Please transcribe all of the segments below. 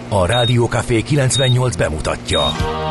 A Rádió Café 98 bemutatja.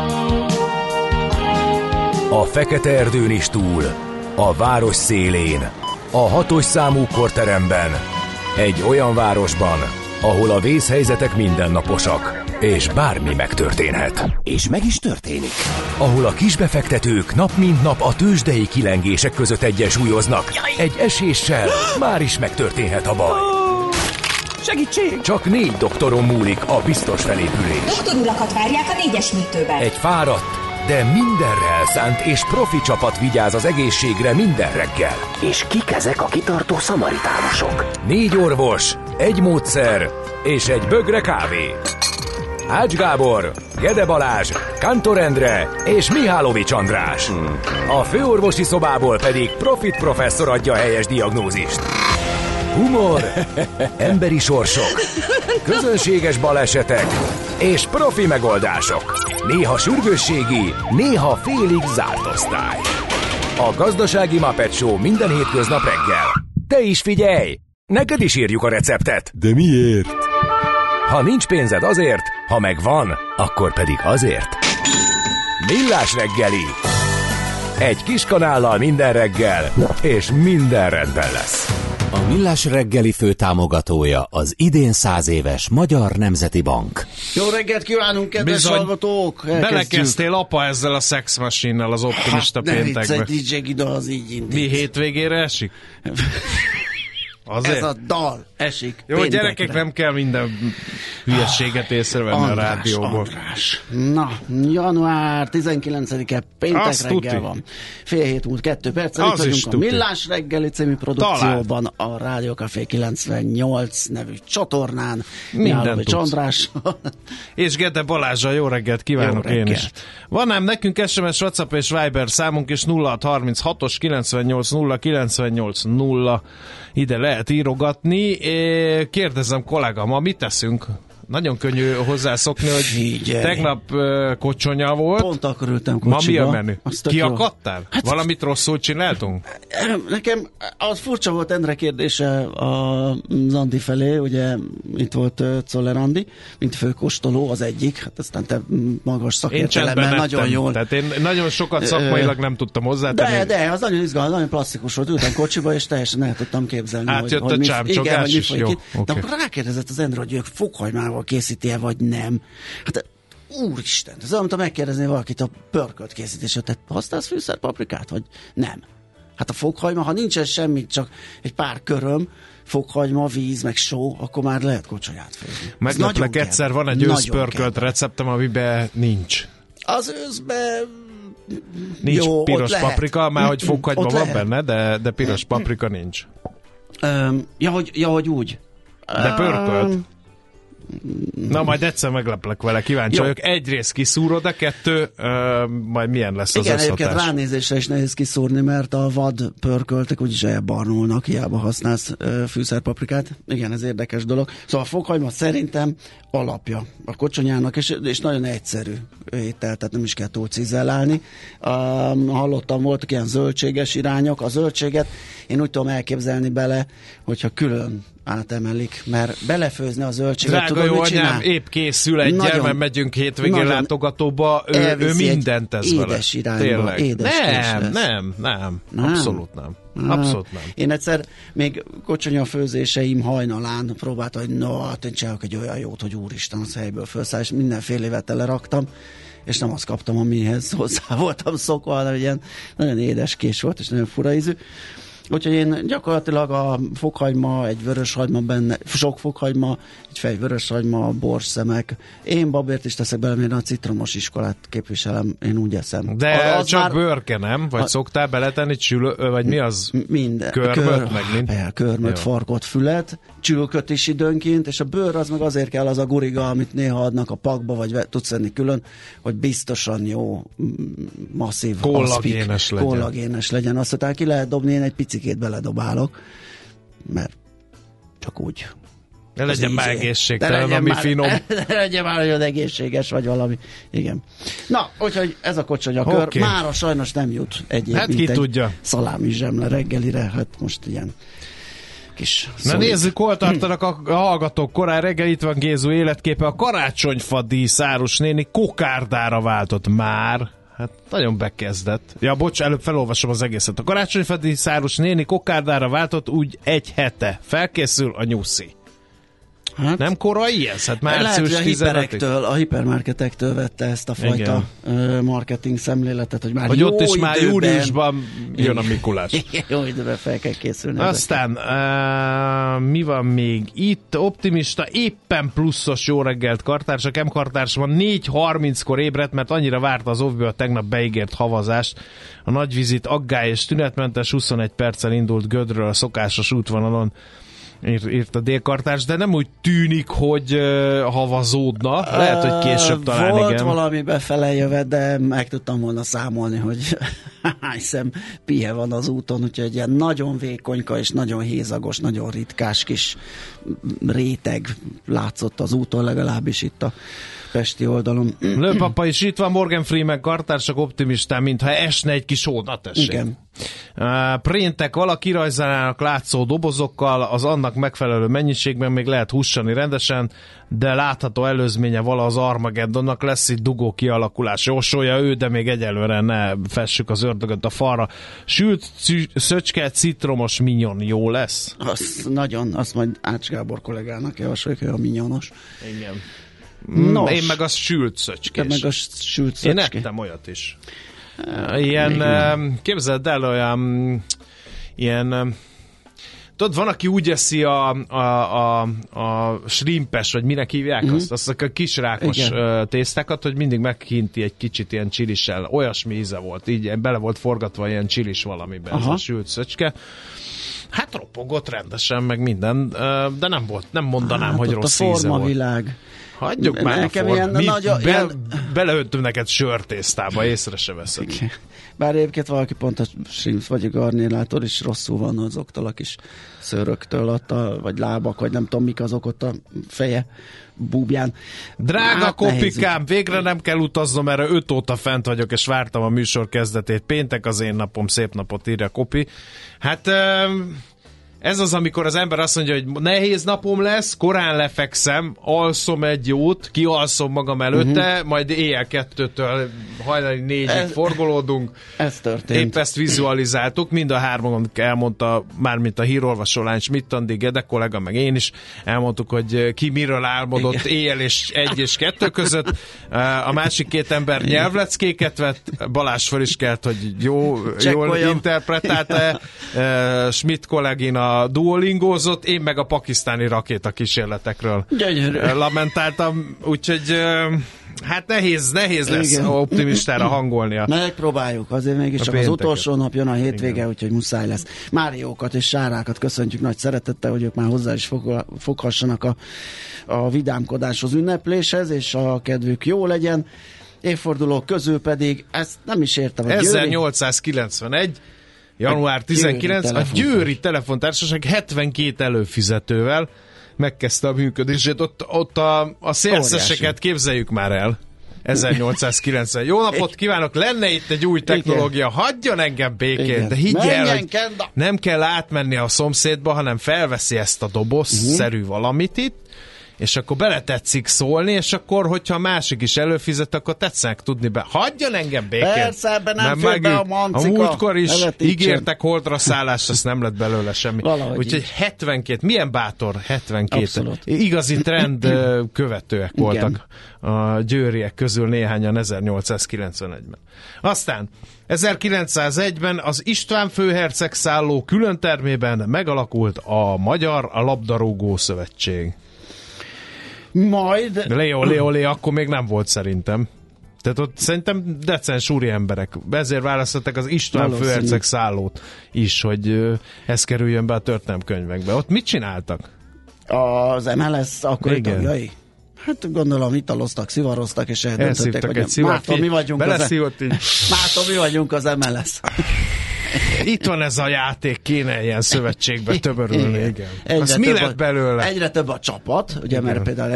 A fekete erdőn is túl, a város szélén, a 6-os számú korteremben, egy olyan városban, ahol a vészhelyzetek mindennaposak, és bármi megtörténhet. És meg is történik. Ahol a kisbefektetők nap mint nap a tőzsdei kilengések között egyensúlyoznak. Egy eséssel már is megtörténhet a baj. Segítség! Csak 4 doktoron múlik a biztos felépülés. Doktorulakat várják a 4-es műtőben. Egy fáradt, de mindenre elszánt és profi csapat vigyáz az egészségre minden reggel. És kik ezek a kitartó szamaritánusok? 4 orvos, egy módszer és egy bögre kávé. Ács Gábor, Gede Balázs, Kantor Endre és Mihálovics András. A főorvosi szobából pedig Profit professzor adja a helyes diagnózist. Humor, emberi sorsok, közönséges balesetek és profi megoldások. Néha sürgősségi, néha félig zárt osztály. A Gazdasági Muppet Show minden hétköznap reggel. Te is figyelj! Neked is írjuk a receptet. De miért? Ha nincs pénzed azért, ha megvan, akkor pedig azért. Millás reggeli. Egy kis kanállal minden reggel, és minden rendben lesz. A Millás reggeli főtámogatója az idén 100 éves Magyar Nemzeti Bank. Jó reggelt kívánunk, kedves hallgatók! Belekezdtél apa ezzel a Sex Machine-nel az optimista péntekbe. Ne viccelj, DJ Gida, az így intéz. Mi hétvégére esik? Azért? Ez a dal esik. Jó, péntekre. Gyerekek, nem kell minden hülyeséget észrevenni a rádióból. András. Na, január 19-e péntek azt reggel tuti. Van. Fél hét múlt 2 perccel. Itt vagyunk a Millás reggeli című produkcióban, a Rádió Café 98 nevű csatornán. Mihálovics András. És Gede Balázsra jó reggelt kívánok jó reggelt. Én is. Van ám nekünk SMS, WhatsApp és Viber számunk is 0636-os 98 0 98 0. Ide lehet írogatni. Kérdezem kollega, ma mit teszünk? Nagyon könnyű hozzászokni, hogy figyelj. Tegnap kocsonya volt. Pont akkor ültem kocsiba. Ma mi a menü? Kiakadtál? Hát, valamit rosszul csináltunk? Nekem az furcsa volt Endre kérdése a Zandi felé, ugye itt volt Czoller Andi, mint főkóstoló az egyik, hát aztán te magas szakértelemmel nagyon jól. Tehát én nagyon sokat szakmailag nem tudtam hozzátenni. De az nagyon izgalmas, nagyon plastikus volt, ültem kocsiba, és teljesen el tudtam képzelni, átjött hogy a csámcsogás is, jó. De akkor rákérdezett az Endre, hogy ők fokhagymával készíti-e, vagy nem. Hát úristen, ez olyan, mint megkérdezni valakit a pörkölt készítését, tehát használsz fűszerpaprikát, vagy nem. Hát a fokhagyma, ha nincsen semmi, csak egy pár köröm, fokhagyma, víz, meg só, akkor már lehet kocsonyát főzni. Megleplek, egyszer van egy őszpörkölt receptem, amiben nincs. Az őszben nincs jó, piros paprika, már hogy fokhagyma van benne, de piros paprika nincs. Ja, hogy úgy. De pörkölt. Na, majd egyszer megleplek vele, kíváncsi vagyok. Egyrészt kiszúrod, a 2, majd milyen lesz az összhatás. Igen, egyébként ránézésre is nehéz kiszúrni, mert a vad pörköltek úgyis elbarnulnak, hiába használsz fűszerpaprikát. Igen, ez érdekes dolog. Szóval a fokhagyma szerintem alapja a kocsonyának, és nagyon egyszerű étel, tehát nem is kell túl cizellálni. Hallottam, voltak ilyen zöldséges irányok. A zöldséget én úgy tudom elképzelni bele, hogyha külön átemelik, mert belefőzni a zöldséget. Drága jó anyám, épp készül egy gyermek, megyünk hétvégén látogatóba, ő mindent tesz vele. Édes irányba, édes nem. Abszolút nem. Abszolút nem. Én egyszer még kocsonya főzéseim hajnalán próbáltam, hogy hát én csinálok egy olyan jót, hogy úristen, az helyből felszáll, és mindenfélével teleraktam, és nem azt kaptam, amihez hozzá voltam szokva, hanem ilyen nagyon édes kés volt, és nagyon fura ízű. Úgyhogy én gyakorlatilag a fokhagyma, egy vöröshagyma benne, sok fokhagyma, egy fej vöröshagyma, borstszemek. Én babért is teszek bele, mert a citromos iskolát képviselem, én úgy eszem. De az csak már bőrke, nem? Vagy szoktál beletenni vagy mi az? Minden. Körmöt, meg mind? Körmöt, farkot, fület, csülköt is időnként, és a bőr az meg azért kell az a guriga, amit néha adnak a pakba, vagy tudsz venni külön, hogy biztosan jó, masszív, kollagénes legyen. Azt utána ki lehet dobni, én egy picikét beledobálok, mert csak úgy. Ne legyen már egészségtelen, ami finom. Ne legyen már olyan egészséges, vagy valami. Igen. Na, úgyhogy ez a kocsonyakör okay. Mára sajnos nem jut egyéb, hát ki tudja. Szalámi zsemle reggelire, hát most ilyen kis Na nézzük, hol tartanak a hallgatók. Korán reggel itt van Gézu életképe. A karácsonyfadíj Szárus néni kokárdára váltott már. Hát nagyon bekezdett. Ja, bocs, előbb felolvasom az egészet. A karácsonyfadíj Szárus néni kokárdára váltott úgy egy hete. Felkészül a nyuszi. Hát, nem korai ez? Hát március 15-ig. A hipermarketektől vette ezt a fajta marketing szemléletet, hogy már hogy jó ott is időben, már júniusban jön a Mikulás. Jó időben fel kell készülni. Aztán mi van még itt? Optimista, éppen pluszos jó reggelt kartársak. M-kartársban 4:30-kor ébredt, mert annyira várta az óvből a tegnap beígért havazást. A nagyvizit aggály és tünetmentes 21 perccel indult Gödről a szokásos útvonalon, írt a délkartárs, de nem úgy tűnik, hogy havazódna. Lehet, hogy később talán volt igen. valami befele jövet, de meg tudtam volna számolni, hogy hány szem pihe van az úton, úgyhogy egy ilyen nagyon vékonyka és nagyon hézagos, nagyon ritkás kis réteg látszott az úton, legalábbis itt a pesti oldalon. Lőpapa is itt van, Morgan Freeman kartársak optimistán, mintha esne egy kis hó. Na tessék. Igen. Préntek valaki rajzánának látszó dobozokkal, az annak megfelelő mennyiségben még lehet hussani rendesen, de látható előzménye vala az Armageddonnak, lesz itt dugó kialakulás. Jósolja ő, de még egyelőre ne fessük az ördögöt a falra. Sült szöcske, citromos mignon jó lesz? Azt majd Ács Gábor kollégának javasoljuk, hogy a mignyonos. Igen. Nos. Én meg az sült szöcskés. Te meg a sült szöcske. Én ettem olyat is. Ilyen, képzeld el, olyan ilyen, tudod, van, aki úgy eszi a shrimpes, vagy minek hívják azt a kis rákos tésztákat, hogy mindig megkinti egy kicsit ilyen csilissel. Olyasmi íze volt, így bele volt forgatva ilyen csilis valamiben. Aha. Ez a sült szöcske. Hát ropogott rendesen, meg minden, de nem mondanám, hogy rossz íze volt. Világ. Hagyjuk már a beleöntöm neked sörtésztába, észre se veszed. Okay. Bár egyébként valaki pont a shrimps vagy a garnélátor is rosszul van azoktól a kis szőröktől, vagy lábak, vagy nem tudom mik azok ott a feje búbján. Drága kopikám, végre nem kell utaznom, erre 5 óta fent vagyok, és vártam a műsor kezdetét. Péntek az én napom, szép napot, írja Kopi. Hát... ez az, amikor az ember azt mondja, hogy nehéz napom lesz, korán lefekszem, alszom egy jót, kialszom magam előtte, majd éjjel 2-től hajnali 4-ig forgolódunk. Ez történt. Épp ezt vizualizáltuk, mind a hárman elmondta, mármint a hírolvasó lány Schmidt-Andi, Gede kollega, meg én is elmondtuk, hogy ki miről álmodott éjjel és 1 és 2 között. A másik 2 ember nyelvleckéket vett, Balázs fel is kelt, hogy jól interpretálta, Schmidt kollégina duolingózott, én meg a pakisztáni rakéta kísérletekről lamentáltam, úgyhogy hát nehéz lesz optimistára hangolnia. Megpróbáljuk, azért mégiscsak az utolsó nap jön a hétvége, úgyhogy muszáj lesz. Máriókat és Sárákat köszöntjük nagy szeretettel, hogy ők már hozzá is foghassanak a vidámkodáshoz, ünnepléshez, és a kedvük jó legyen. Évfordulók közül pedig, ezt nem is értem. 1891 január 19, a Győri Telefontársaság 72 előfizetővel megkezdte a működését. Ott a szélszeseket képzeljük már el. 1890. Jó napot kívánok! Lenne itt egy új technológia, hagyjon engem békén, de higgyel, hogy nem kell átmenni a szomszédba, hanem felveszi ezt a dobozszerű valamit itt, és akkor beletetszik szólni, és akkor, hogyha a másik is előfizet, akkor tetszenek tudni be. Hagyjon engem békén! Persze, ebben nem fél be a mancika. A múltkor is ígértek holdra szállást, azt nem lett belőle semmi. Úgyhogy 72, milyen bátor 72. Abszolút. Igazi trend követőek voltak a győriek közül néhányan 1891-ben. Aztán 1901-ben az István főherceg szálló külön termében megalakult a Magyar Labdarúgó Szövetség. Majd... Lé, akkor még nem volt szerintem. Tehát ott szerintem decens úri emberek. Ezért választották az István főherceg szállót is, hogy ez kerüljön be a történelemkönyvekbe. Ott mit csináltak? Az MLS akkori tagjai? Hát gondolom italoztak, szivaroztak, és eldöntöttek, hogy Márton, mi vagyunk az MLS. Itt van ez a játék, kéne ilyen szövetségbe töbörülni, igen. Az mi lett belőle? Egyre több a csapat, ugye, mert például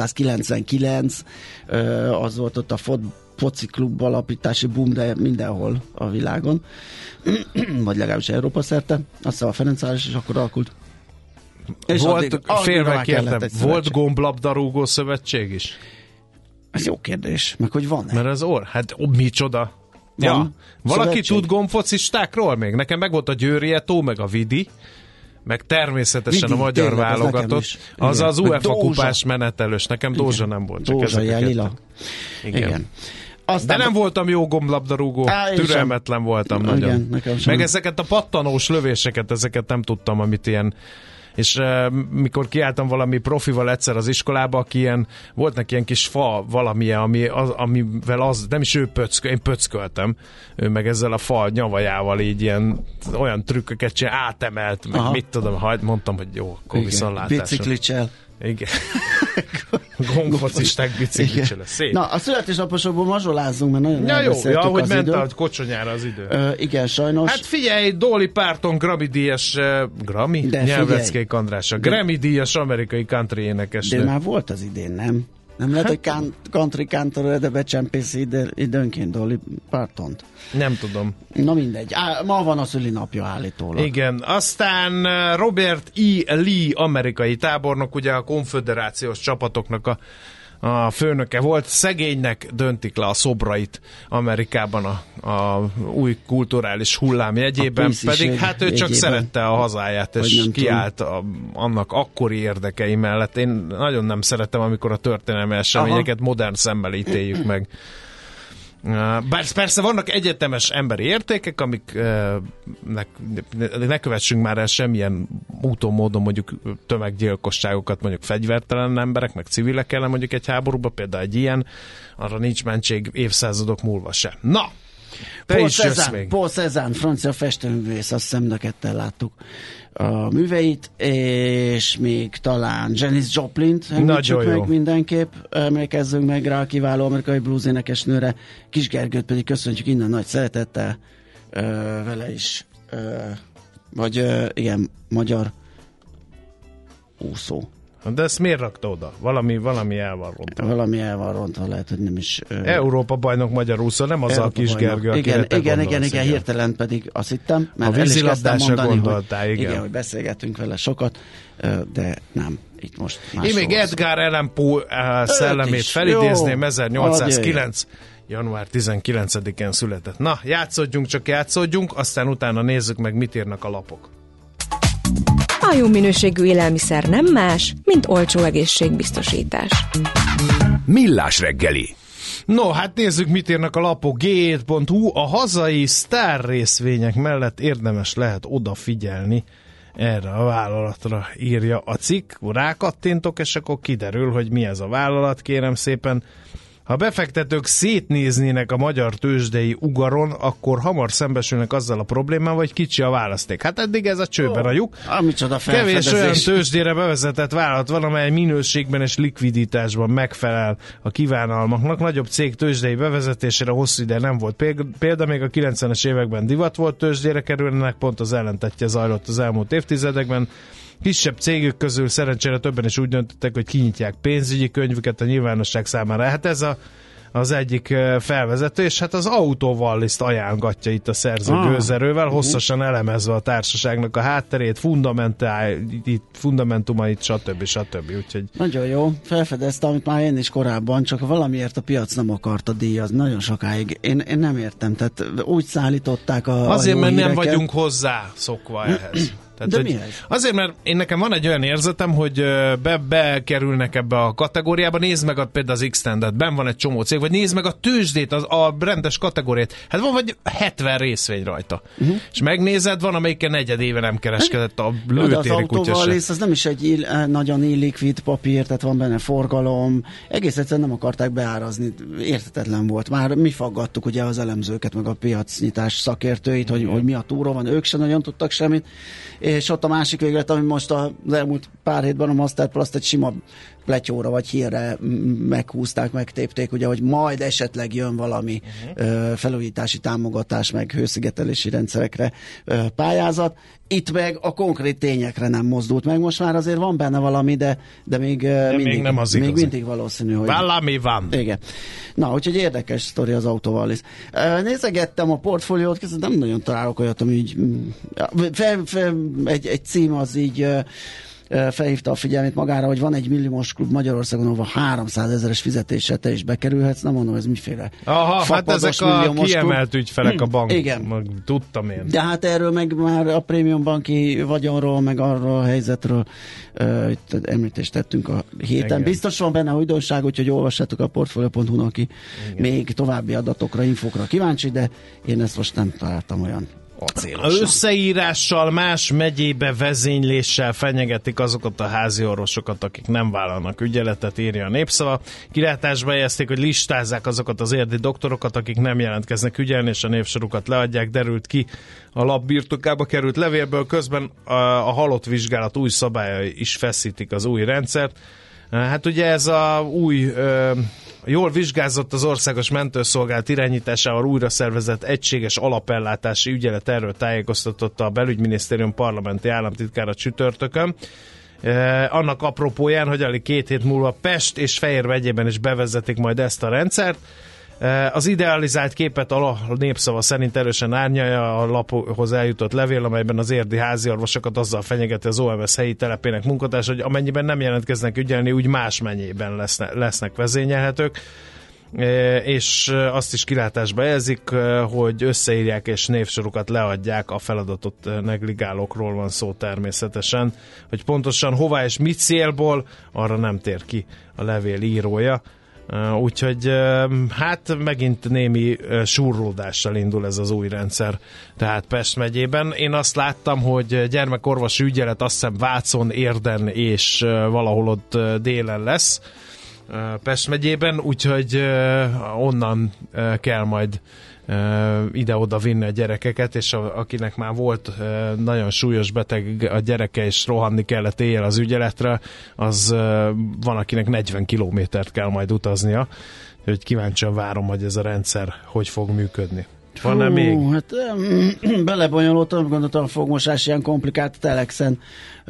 1899 az volt ott a foci klub alapítási boom, de mindenhol a világon, vagy legalábbis Európa szerte. Aztán a Ferencváros is akkor alakult. És volt, félve kértem, volt gomblabdarúgó szövetség is? Ez jó kérdés, meg hogy van-e? Mert az hát micsoda? Ja, valaki tud gombfocistákról még? Nekem meg volt a Győri Eto, meg a Vidi, meg természetesen Vidi, a magyar tényleg, válogatott. Az az UEFA kupás menetelős. Nekem Dózsa nem volt. Csak Dózsa Jelila. Igen. Aztán de nem voltam jó gomblabdarúgó, türelmetlen voltam nagyon. Igen, meg ezeket a pattanós lövéseket, ezeket nem tudtam, amit ilyen. És mikor kiálltam valami profival egyszer az iskolába, aki ilyen, volt neki ilyen kis fa valamilyen, amivel az, nem is ő én pöcköltem, ő meg ezzel a fa nyavajával így ilyen olyan trükköket csinál, átemelt, meg mit tudom, mondtam, hogy jó, akkor viszontlátásra. Biciklicsel. Igen. Gomfocisták biciklicsel. Szép. Na, a születésnaposokból mazsolázzunk, mert nagyon elbeszéltük az hogy ment a kocsonyára az idő. Igen, sajnos. Hát figyelj, Dolly Parton Grammy-díjas Nyelveckei Andrása. Grammy-díjas amerikai country énekesnő. De már volt az idén, nem? Nem lehet, hogy country cantor, de becsempészi időnként Dolly Partont. Nem tudom. Na mindegy. Ma van a szülinapja állítólag. Igen. Aztán Robert E. Lee, amerikai tábornok, ugye a konföderációs csapatoknak a főnöke volt. Szegénynek döntik le a szobrait Amerikában a új kulturális hullám jegyében, pedig hát ő csak szerette a hazáját, és kiállt annak akkori érdekei mellett. Én nagyon nem szeretem, amikor a történelmi eseményeket modern szemmel ítéljük meg. Persze vannak egyetemes emberi értékek, amik ne kövessünk már el semmilyen úton, módon mondjuk tömeggyilkosságokat mondjuk fegyvertelen emberek, meg civilek ellen mondjuk egy háborúban, például egy ilyen, arra nincs mentség évszázadok múlva se. Na! Paul Cézanne, francia festőművész, azt hiszem, ketten láttuk a műveit, és még talán Janis Joplint említsük meg mindenképp, emlékezzünk meg rá a kiváló amerikai blues énekesnőre, Kis Gergőt pedig köszöntjük innen nagy szeretettel, vele is, igen, magyar úszó. De ezt miért rakta oda? Valami el van rontva. Valami el van rontva, lehet, hogy nem is... Európa bajnok magyar úszó, nem az a Kis Gergő, akire te igen, hirtelen pedig azt hittem, mert a vízilabdásra gondoltál, igen, hogy beszélgetünk vele sokat, de nem, itt most én még Edgar Allan Poe szellemét felidézném, 1809 január 19-en született. Na, játszódjunk, aztán utána nézzük meg, mit írnak a lapok. A jó minőségű élelmiszer nem más, mint olcsó egészségbiztosítás. Millás reggeli. No, hát nézzük, mit írnak a lapok. G7.hu, a hazai sztár részvények mellett érdemes lehet odafigyelni erre a vállalatra, írja a cikk. Rákattintok, és akkor kiderül, hogy mi ez a vállalat, kérem szépen. Ha befektetők szétnéznének a magyar tőzsdei ugaron, akkor hamar szembesülnek azzal a problémával, hogy kicsi a választék. Hát eddig ez a csőben a lyuk. Kevés olyan tőzsdére bevezetett vállalat van, amely minőségben és likviditásban megfelel a kívánalmaknak. Nagyobb cég tőzsdei bevezetésére hosszú ide nem volt példa, még a 90-es években divat volt tőzsdére kerülnek, pont az ellentetje zajlott az elmúlt évtizedekben. Kisebb cégek közül szerencsére többen is úgy döntöttek, hogy kinyitják pénzügyi könyvüket a nyilvánosság számára. Hát ez az egyik felvezető, és hát az Autovalliszt ajánlgatja itt a szerző gőzerővel, hosszasan elemezve a társaságnak a hátterét, fundamentumait, stb. Úgyhogy... Nagyon jó, felfedezte, amit már én is korábban, csak valamiért a piac nem akarta díjazni nagyon sokáig. Én nem értem, tehát úgy szállították azért, mert nem vagyunk hozzá szokva ehhez. Tehát, de mi ez? Azért, mert nekem van egy olyan érzetem, hogy bekerülnek ebbe a kategóriába, nézd meg például az X-Tendet, benn van egy csomó cég, vagy nézd meg a tőzsdét, a rendes kategóriát. Hát van vagy 70 részvény rajta. És megnézed, van amelyiken negyed éve nem kereskedett a lőtéri kutya se. Az nem is egy nagyon illikvid papír, tehát van benne forgalom. Egész egyszerűen nem akarták beárazni. Érthetetlen volt. Már mi faggattuk ugye az elemzőket, meg a piacnyitás szakértőit, hogy mi a túró van, ők sem nagyon tudtak semmit. És ott a másik véglet, ami most az elmúlt pár hétben a Masterplast egy sima pletyóra vagy hírre meghúzták, megtépték, ugye, hogy majd esetleg jön valami felújítási támogatás, meg hőszigetelési rendszerekre pályázat. Itt meg a konkrét tényekre nem mozdult meg. Most már azért van benne valami, de még nem az még mindig valószínű, hogy... Valami van. Igen. Na, úgyhogy érdekes sztori az Autovallis. Nézegettem a portfóliót, nem nagyon találok olyat, ami így... Egy cím az így... felhívta a figyelmét magára, hogy van egy milliós klub Magyarországon, ahol 300 000-es fizetéssel te is bekerülhetsz. Nem mondom, ez miféle. Aha, hát ezek a kiemelt ügyfelek a bank. Igen. Tudtam én. De hát erről meg már a prémium banki vagyonról, meg arról a helyzetről itt említést tettünk a héten. Igen. Biztos van benne újdonság, úgyhogy olvassátok a Portfolio.hu-n, aki még további adatokra, infokra kíváncsi, de én ezt most nem találtam olyan acélosan. Összeírással, más megyébe vezényléssel fenyegetik azokat a házi orvosokat, akik nem vállalnak ügyeletet, írja a Népszava. Kilátásba helyezték, hogy listázzák azokat az érdi doktorokat, akik nem jelentkeznek ügyelni, és a névsorukat leadják, derült ki a lap birtokába került levélből. Közben a halott vizsgálat új szabályai is feszítik az új rendszert. Hát ugye ez a új, jól vizsgázott az Országos Mentőszolgálat irányításával újra szervezett egységes alapellátási ügyelet, erről tájékoztatott a Belügyminisztérium parlamenti államtitkára csütörtökön. Annak apropóján, hogy alig 2 hét múlva Pest és Fejér megyében is bevezetik majd ezt a rendszert. Az idealizált képet a Népszava szerint erősen árnyalja a laphoz eljutott levél, amelyben az érdi háziorvosokat azzal fenyegeti az OMS helyi telepének munkatársa, hogy amennyiben nem jelentkeznek ügyelni, úgy más megyében lesznek vezényelhetők. És azt is kilátásba jelzik, hogy összeírják és névsorukat leadják, a feladatot negligálókról van szó természetesen. Hogy pontosan hová és mit célból, arra nem tér ki a levél írója. Úgyhogy hát megint némi surlódással indul ez az új rendszer, tehát Pest megyében. Én azt láttam, hogy gyermekorvosi ügyelet azt hiszem Vácon, Érden és valahol ott délen lesz Pest megyében, úgyhogy onnan kell majd ide-oda vinni a gyerekeket, és akinek már volt nagyon súlyos beteg a gyereke, és rohanni kellett éjjel az ügyeletre, az van, akinek 40 kilométert kell majd utaznia, hogy kíváncsian várom, hogy ez a rendszer hogy fog működni. Van-e még? Hát belebonyolultam, gondoltam, a fogmosás ilyen komplikált, Telexen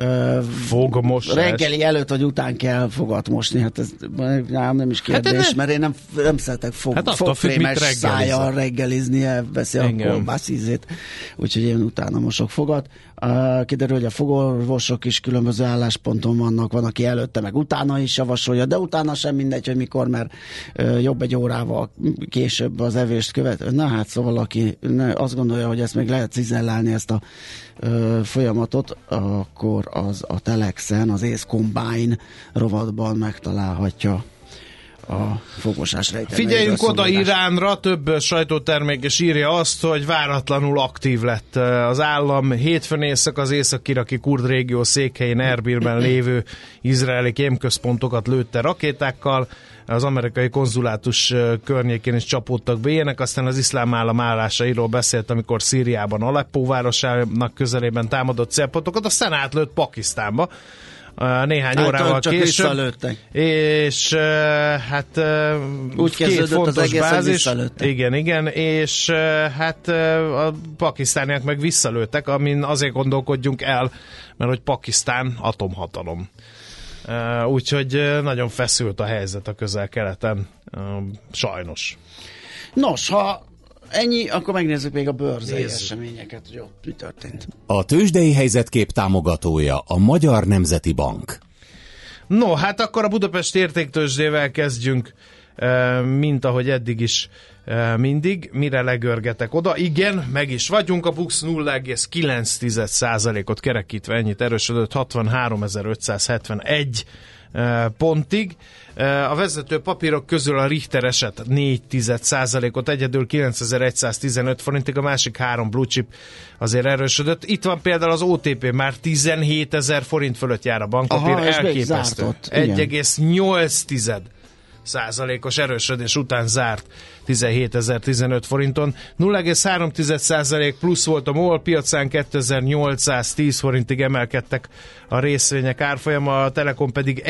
fogmosás. Reggeli előtt vagy után kell fogat mosni, hát ez nem is kérdés, hát mert én nem szeretek fogkrémes szájjal reggelizni, elveszi a kolbász ízét, úgyhogy én utána mosok fogat. Kiderül, hogy a fogorvosok is különböző állásponton vannak, van, aki előtte meg utána is javasolja, de utána sem mindegy, hogy mikor, mert jobb egy órával később az evést követ. Na hát, szóval aki azt gondolja, hogy ezt még lehet cizellálni, ezt a folyamatot, akkor az a Telexen, az Ace Combine rovatban megtalálhatja a fogmosás rejtelmeiről. Figyeljünk oda Iránra, több sajtótermék is írja azt, hogy váratlanul aktív lett az állam. Hétfőn éjszaka az észak-iraki kurd régió székhelyén Erbilben lévő izraeli kémközpontokat lőtte rakétákkal. Az amerikai konzulátus környékén is csapódtak be ilyenek, aztán az iszlám állam állásairól beszélt, amikor Szíriában Aleppó városának közelében támadott célpontokat, aztán átlőtt Pakisztánba néhány órával később. És hát úgy két fontos az egész, bázis. Igen, és hát a pakisztániak meg visszalőttek, amin azért gondolkodjunk el, mert hogy Pakisztán atomhatalom. Úgyhogy nagyon feszült a helyzet a Közel-Keleten, sajnos. Nos, ha ennyi, akkor megnézzük még a bőrzei eseményeket, hogy ott mi történt. A tőzsdei helyzetkép támogatója a Magyar Nemzeti Bank. No, hát akkor a Budapest értéktőzsdével kezdjünk, mint ahogy eddig is mindig. Mire legörgetek oda? Igen, meg is vagyunk. A BUX 0,9%-ot kerekítve ennyit erősödött 63.571 pontig. A vezető papírok közül a Richter esett 4%-ot, egyedül 9115 forintig, a másik 3 blue chip azért erősödött. Itt van például az OTP, már 17 000 forint fölött jár a bankkapír, elképesztő. 1,8%-os erősödés után zárt 17.015 forinton. 0,3% plusz volt a MOL piacán, 2810 forintig emelkedtek a részvények árfolyama, a Telekom pedig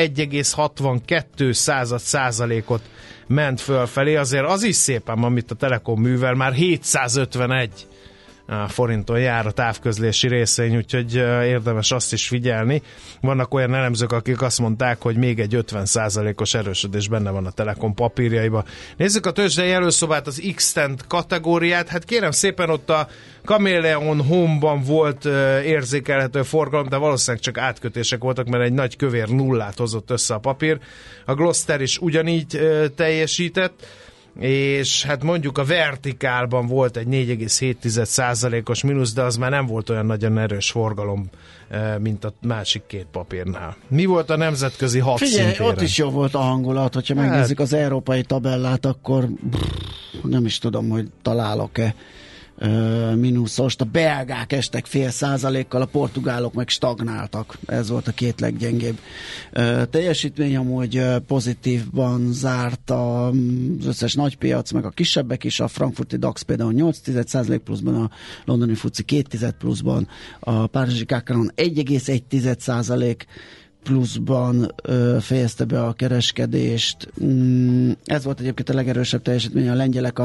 1,62%-ot ment fölfelé. Azért az is szépen, amit a Telekom művel, már 751 forinton jár a távközlési részvény, úgyhogy érdemes azt is figyelni. Vannak olyan elemzők, akik azt mondták, hogy még egy 50%-os erősödés benne van a Telekom papírjaiba. Nézzük a tőzsdei előszobát, az X-Tent kategóriát. Hát kérem szépen, ott a Chameleon Home-ban volt érzékelhető forgalom, de valószínűleg csak átkötések voltak, mert egy nagy kövér nullát hozott össze a papír. A Gloster is ugyanígy teljesített, és hát mondjuk a vertikálban volt egy 4,7%-os mínusz, de az már nem volt olyan nagyon erős forgalom, mint a másik két papírnál. Mi volt a nemzetközi hadszintéren? Figyelj, ott is jó volt a hangulat, hogyha megnézzük az európai tabellát, akkor nem is tudom, hogy találok-e mínuszost. A belgák estek 0,5%-kal, a portugálok meg stagnáltak. Ez volt a két leggyengébb teljesítmény, amúgy pozitívban zárt az összes nagypiac, meg a kisebbek is. A frankfurti DAX például 8,1% pluszban, a londoni FTSE 2,1 pluszban, a párizsi Kakaron 1,1% pluszban fejezte be a kereskedést. Ez volt egyébként a legerősebb teljesítmény. A lengyelek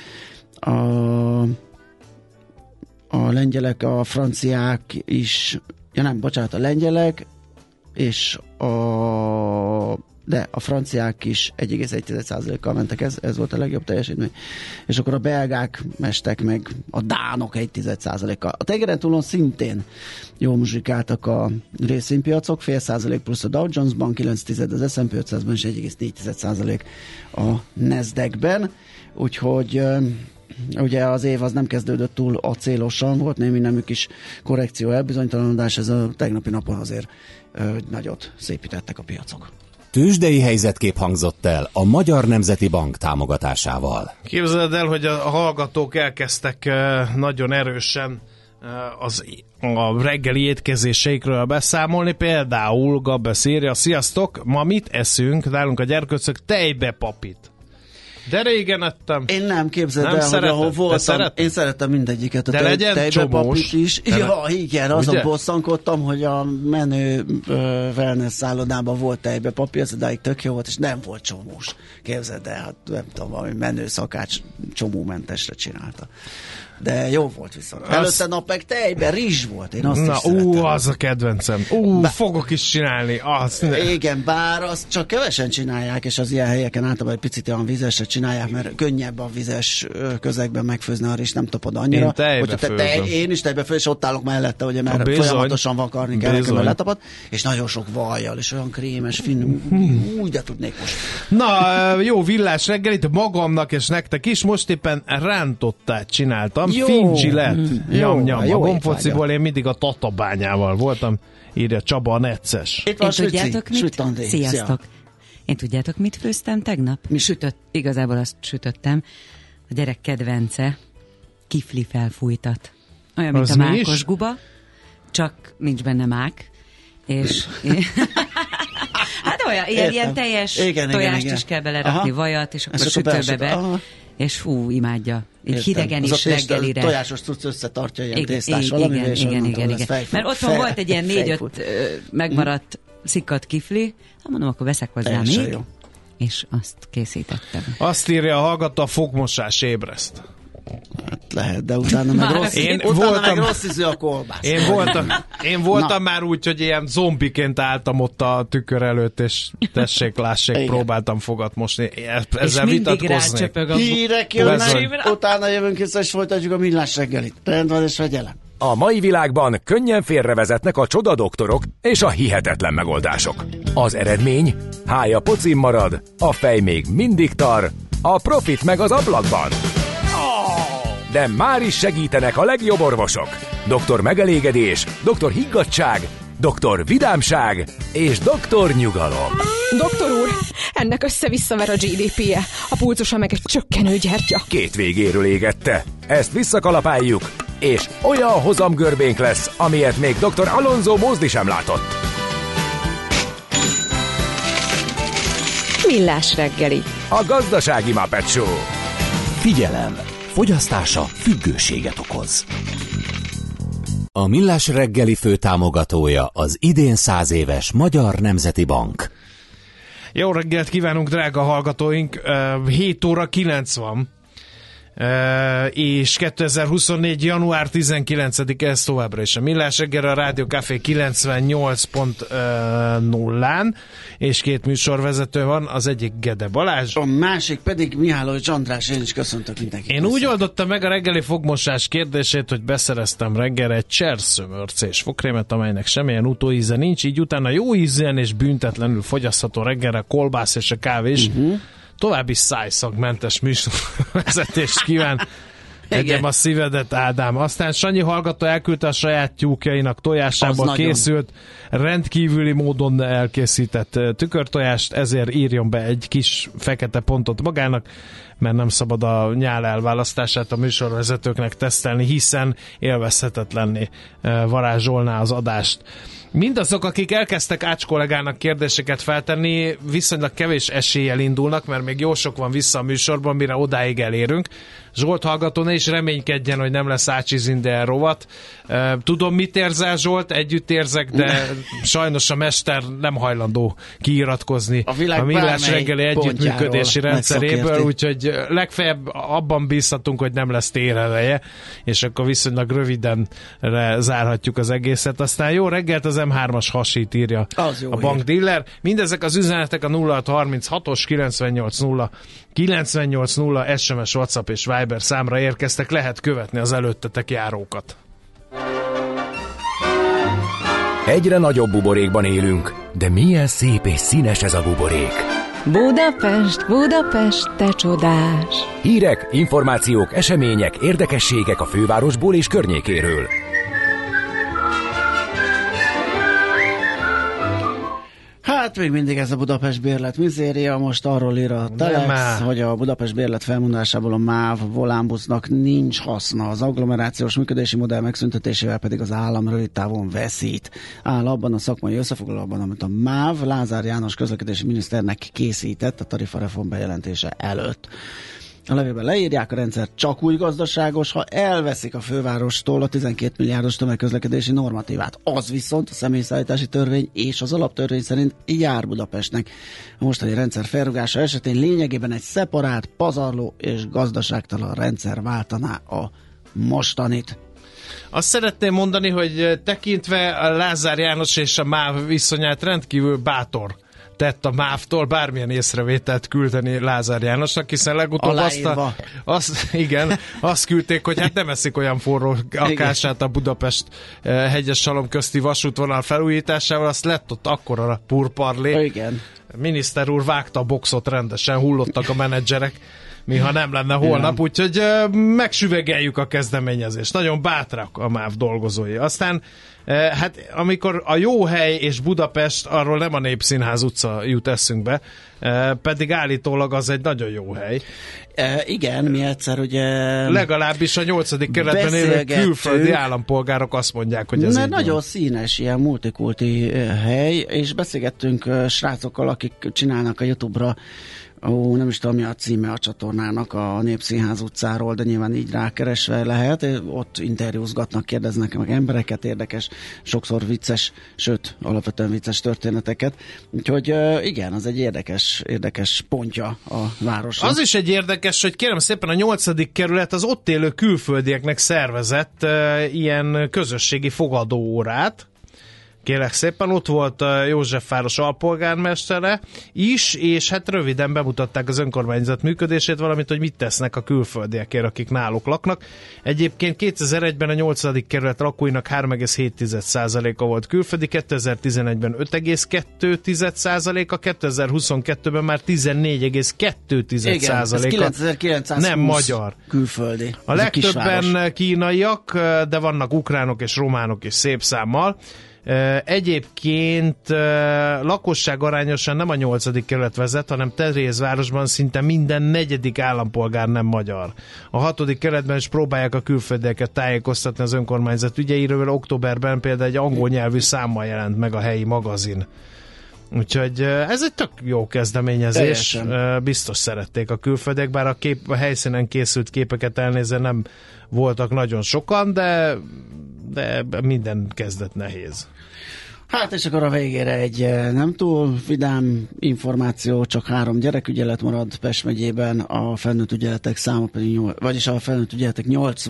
a lengyelek, a franciák is, a lengyelek és a franciák is 1,1%-kal mentek, ez volt a legjobb teljesítmény. És akkor a belgák mestek meg, a dánok 1,1%-kal. A tengeren túlon szintén jól muzsikáltak a részvénypiacok, 0,5% plusz a Dow Jones-ban, 9,1% az S&P 500-ban és 1,4% a Nasdaq-ben. Úgyhogy ugye az év az nem kezdődött túl acélosan, volt némi nemű kis korrekció, elbizonytalanodás, ez a tegnapi napon azért nagyot szépítettek a piacok. Tőzsdei helyzetkép hangzott el a Magyar Nemzeti Bank támogatásával. Képzeld el, hogy a hallgatók elkezdtek nagyon erősen a reggeli étkezéseikről beszámolni, például Gabesz írja, sziasztok, ma mit eszünk? Nálunk a gyerkőcök tejbepapit. De régen ettem. Én nem képzeld el, hogy ahol voltam. Én szerettem mindegyiket. A tejbepapit is. Ja, igen, azon bosszankodtam, hogy a menő wellness szállodában volt tejbepapír, ez odáig tök jó volt, és nem volt csomós. Képzeld el, hát nem tudom, valami menő szakács csomómentesre csinálta. De jó volt viszont. Előtte nap meg tejben rizs volt, én azt is szeretem. Az a kedvencem. Fogok is csinálni. Igen, bár azt csak kevesen csinálják, és az ilyen helyeken általában egy picit olyan vizesre csinálják, mert könnyebb a vizes közegben megfőzni a rizs, nem tapad annyira. Én tejbe főzöm. Én is tejbe főzöm, és ott állok mellette, ugye, mert folyamatosan vakarni kell, nekem letapad, és nagyon sok vajjal, és olyan krémes, finom, úgy, de tudnék most. Na, jó villás reggelit magamnak és nektek is, most éppen rántottát csináltam. Fincsi lett. Nyom. A gombfociból én mindig a tatabányával voltam, írja Csaba a necces. Itt van Sziasztok. Én tudjátok, mit főztem tegnap? Igazából azt sütöttem. A gyerek kedvence, kifli felfújtat. Olyan, mint a mákos guba, csak nincs benne mák. És... hát olyan, ilyen teljes tojást is kell belerakni, vajat, és akkor a sütőbe be. És fú, imádja. Így hidegen is reggelire. Tojásos cucc összetartja ilyen tésztás valamivel, és igen. Mert otthon volt egy ilyen 4-5 megmaradt szikkat kifli, mondom, akkor veszek hozzá még, és azt készítettem. Azt írja a hallgató, a fogmosás ébreszt. Hát lehet, de utána meg rossz ízű a kolbász. Én voltam már úgy, hogy ilyen zombiként álltam ott a tükör előtt, és tessék, lássék, próbáltam fogat mosni. Ezzel vitatkoznék. Hírek jönnek, utána jövünk vissza, és folytatjuk a millás reggelit. Rendben, és fegyelem. A mai világban könnyen félrevezetnek a csodadoktorok és a hihetetlen megoldások. Az eredmény? Hája pocim marad, a fej még mindig tar, a profit meg az ablakban. De már is segítenek a legjobb orvosok. Doktor megelégedés, doktor higgadtság, doktor vidámság és doktor nyugalom. Doktor úr, ennek össze-visszaver a GDP-je, a pulcosa meg egy csökkenő gyertya. Két végéről égette. Ezt visszakalapáljuk, és olyan hozamgörbénk lesz, amilyet még doktor Alonso Mózdi sem látott. Millás reggeli. A gazdasági Muppet Show. Figyelem! Fogyasztása függőséget okoz. A Millás reggeli főtámogatója az idén 100 éves Magyar Nemzeti Bank. Jó reggelt kívánunk, drága hallgatóink! 7 óra 9 van. és 2024. január 19-e ez továbbra is a Millás reggel, a Rádió Café 98.0-án, és két műsorvezető van, az egyik Gede Balázs. A másik pedig Mihálovics András, én is köszöntök mindenkit. Én úgy oldottam meg a reggeli fogmosás kérdését, hogy beszereztem reggel egy cserszömörcés fogkrémet, amelynek semmilyen utóíze nincs, így utána jó ízűen és büntetlenül fogyasztható reggelre kolbász és a kávé is. További szájszagmentes műsorvezetést kíván. Egyem a szívedet, Ádám. Aztán Sanyi hallgató elküldte a saját tyúkjainak tojásából készült, rendkívüli módon elkészített tükörtojást, ezért írjon be egy kis fekete pontot magának, mert nem szabad a nyál elválasztását a műsorvezetőknek tesztelni, hiszen élvezhetetlenné varázsolná az adást. Mindazok, akik elkezdtek Ács kollégának kérdéseket feltenni, viszonylag kevés eséllyel indulnak, mert még jó sok van vissza a műsorban, mire odáig elérünk. Zsolt hallgató, ne is reménykedjen, hogy nem lesz Ácsi Zinde rovat. Tudom, mit érzel, Zsolt, együtt érzek, de sajnos a mester nem hajlandó kiiratkozni a Millás reggeli együttműködési rendszeréből, úgyhogy legfeljebb abban bízhatunk, hogy nem lesz téreleje, és akkor viszonylag röviden zárhatjuk az egészet. Aztán jó reggelt, az M3-as hasít, írja a bankdiller. Mindezek az üzenetek a 0636-os 98.0 SMS, WhatsApp és Viber számra érkeztek, lehet követni az előttetek járókat. Egyre nagyobb buborékban élünk, de milyen szép és színes ez a buborék. Budapest, Budapest, te csodás! Hírek, információk, események, érdekességek a fővárosból és környékéről. Hát még mindig ez a Budapest bérlet mizéria, most arról ír a Telex, hogy a Budapest bérlet felmondásából a MÁV volánbusznak nincs haszna, az agglomerációs működési modell megszüntetésével pedig az állam rövid távon veszít. Áll abban a szakmai összefoglalóban, amit a MÁV Lázár János közlekedési miniszternek készített a tarifareform bejelentése előtt. A levélben leírják, a rendszer csak úgy gazdaságos, ha elveszik a fővárostól a 12 milliárdos tömegközlekedési normatívát. Az viszont a személyszállítási törvény és az alaptörvény szerint jár Budapestnek. A mostani rendszer felrugása esetén lényegében egy szeparát, pazarló és gazdaságtalan rendszer váltaná a mostanit. Azt szeretném mondani, hogy tekintve a Lázár János és a MÁV viszonyát rendkívül bátor tett a MÁV-tól bármilyen észrevételt küldeni Lázár Jánosnak, hiszen legutóbb azt küldték, hogy hát nem eszik olyan forró akását a Budapest Hegyes-Salom közti vasútvonal felújításával, azt lett ott akkora purparlé. Igen. Miniszter úr vágta a boxot rendesen, hullottak a menedzserek, miha nem lenne holnap, úgyhogy megsüvegeljük a kezdeményezést. Nagyon bátrak a MÁV dolgozói. Aztán hát amikor a jó hely és Budapest, arról nem a Népszínház utca jut eszünkbe, pedig állítólag az egy nagyon jó hely. Igen, mi egyszer ugye... Legalábbis a 8. kerületben élő külföldi állampolgárok azt mondják, hogy ez így nagyon van. Színes, ilyen multikulti hely, és beszélgettünk srácokkal, akik csinálnak a YouTube-ra, nem is tudom, mi a címe a csatornának a Népszínház utcáról, de nyilván így rákeresve lehet. Ott interjúzgatnak, kérdeznek meg embereket, érdekes, sokszor vicces, sőt, alapvetően vicces történeteket. Úgyhogy igen, az egy érdekes pontja a városnak. Az is egy érdekes, hogy kérem szépen a 8. kerület az ott élő külföldieknek szervezett ilyen közösségi fogadóórát. Kérlek szépen, ott volt Józsefváros alpolgármestere is, és hát röviden bemutatták az önkormányzat működését, valamint, hogy mit tesznek a külföldiekért, akik náluk laknak. Egyébként 2001-ben a 8. kerület lakóinak 3,7%-a volt külföldi, 2011-ben 5,2%-a, 2022-ben már 14,2%-a nem magyar. Külföldi. A legtöbben kínaiak, de vannak ukránok és románok is szép számmal. Egyébként lakosság arányosan nem a 8. kerület vezet, hanem Terézvárosban szinte minden 4. állampolgár nem magyar. A 6. kerületben is próbálják a külföldieket tájékoztatni az önkormányzat ügyeiről. Októberben például egy angol nyelvű számmal jelent meg a helyi magazin. Úgyhogy ez egy tök jó kezdeményezés. Teljesen. Biztos szerették a külföldiek, bár a helyszínen készült képeket elnézve nem voltak nagyon sokan, de minden kezdet nehéz. Hát és akkor a végére egy nem túl vidám információ, csak 3 gyerekügyelet marad Pest megyében, a felnőtt ügyeletek száma pedig, vagyis a felnőtt ügyeletek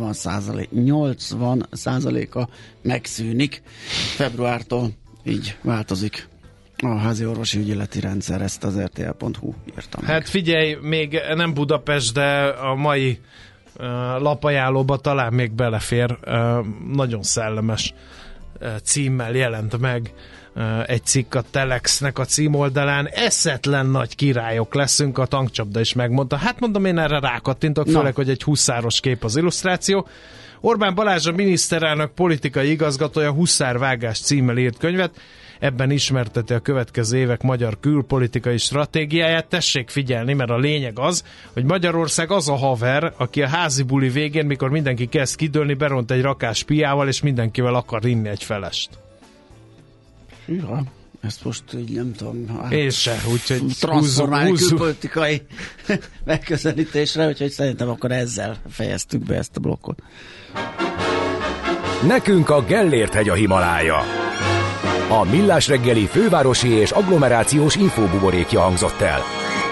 80%-a megszűnik februártól, így változik a házi orvosi ügyeleti rendszer, ezt az rtl.hu írta meg. Hát figyelj, még nem Budapest, de a mai lapajánlóba talán még belefér, nagyon szellemes címmel jelent meg egy cikk a Telexnek a címoldalán. Eszetlen nagy királyok leszünk, a tankcsapda is megmondta. Hát mondom, én erre rákattintok, főleg, hogy egy huszáros kép az illusztráció. Orbán Balázs, a miniszterelnök politikai igazgatója Huszárvágás címmel írt könyvet. Ebben ismerteti a következő évek magyar külpolitikai stratégiáját. Tessék figyelni, mert a lényeg az, hogy Magyarország az a haver, aki a házi buli végén, mikor mindenki kezd kidőlni, beront egy rakás piával, és mindenkivel akar inni egy felest. Ja, ezt most így nem tudom. Én se, úgyhogy transformálni külpolitikai megközelítésre, úgyhogy szerintem akkor ezzel fejeztük be ezt a blokkot. Nekünk a Gellért-hegy a Himalája. A Millás reggeli fővárosi és agglomerációs infóbuborékja hangzott el.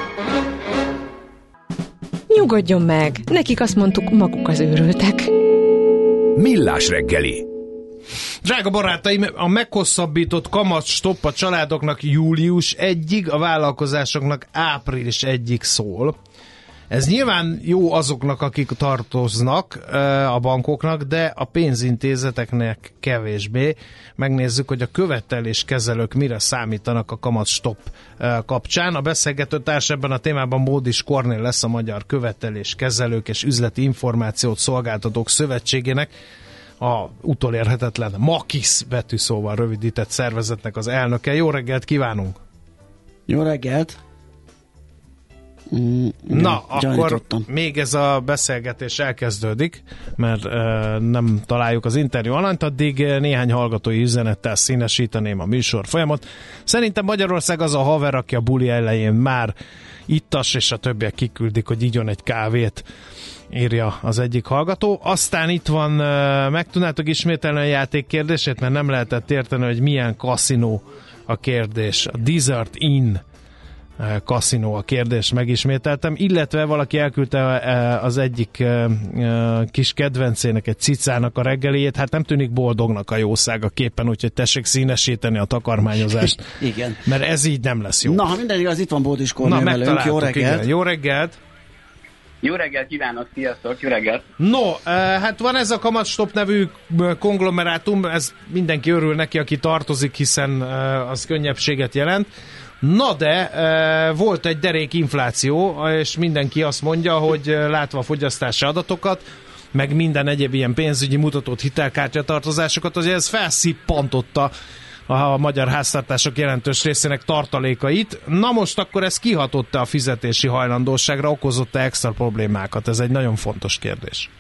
Nyugodjon meg, nekik azt mondtuk, maguk az őrültek. Millás reggeli. Drága barátaim, a meghosszabbított kamatstopp a családoknak július 1-ig, a vállalkozásoknak április 1-ig szól. Ez nyilván jó azoknak, akik tartoznak a bankoknak, de a pénzintézeteknek kevésbé. Megnézzük, hogy a követeléskezelők mire számítanak a kamatstopp kapcsán. A beszélgető társ ebben a témában Módis Kornél lesz, a Magyar Követeléskezelők és Üzleti Információt Szolgáltatók Szövetségének, a utolérhetetlen MAKISZ betűszóval rövidített szervezetnek az elnöke. Jó reggelt kívánunk! Jó reggelt! Na, akkor még ez a beszélgetés elkezdődik, mert nem találjuk az interjú alanyt, addig néhány hallgatói üzenettel színesíteném a műsor folyamot. Szerintem Magyarország az a haver, aki a buli elején már ittas, és a többiek kiküldik, hogy igyon egy kávét, írja az egyik hallgató. Aztán itt van, meg tudnátok ismételni a játék kérdését, mert nem lehetett érteni, hogy milyen kaszinó a kérdés. A Desert Inn kaszinó a kérdés, megismételtem, illetve valaki elküldte az egyik kis kedvencének, egy cicának a reggeliét, hát nem tűnik boldognak a jószág a képen, úgyhogy tessék színesíteni a takarmányozást. Igen. Mert ez így nem lesz jó. Na, ha minden igaz, itt van Bódis Kornél velünk. Jó reggelt! Igen. Jó reggelt! Jó reggelt kívánok, sziasztok, jó reggelt! No, hát van ez a Kamatstopp nevű konglomerátum, ez mindenki örül neki, aki tartozik, hiszen az könnyebbséget jelent. Na de volt egy derék infláció, és mindenki azt mondja, hogy látva a fogyasztási adatokat, meg minden egyéb ilyen pénzügyi mutatót, hitelkártyatartozásokat, azért ez felszippantotta a magyar háztartások jelentős részének tartalékait. Na most akkor ez kihatott-e a fizetési hajlandóságra, okozott-e extra problémákat? Ez egy nagyon fontos kérdés.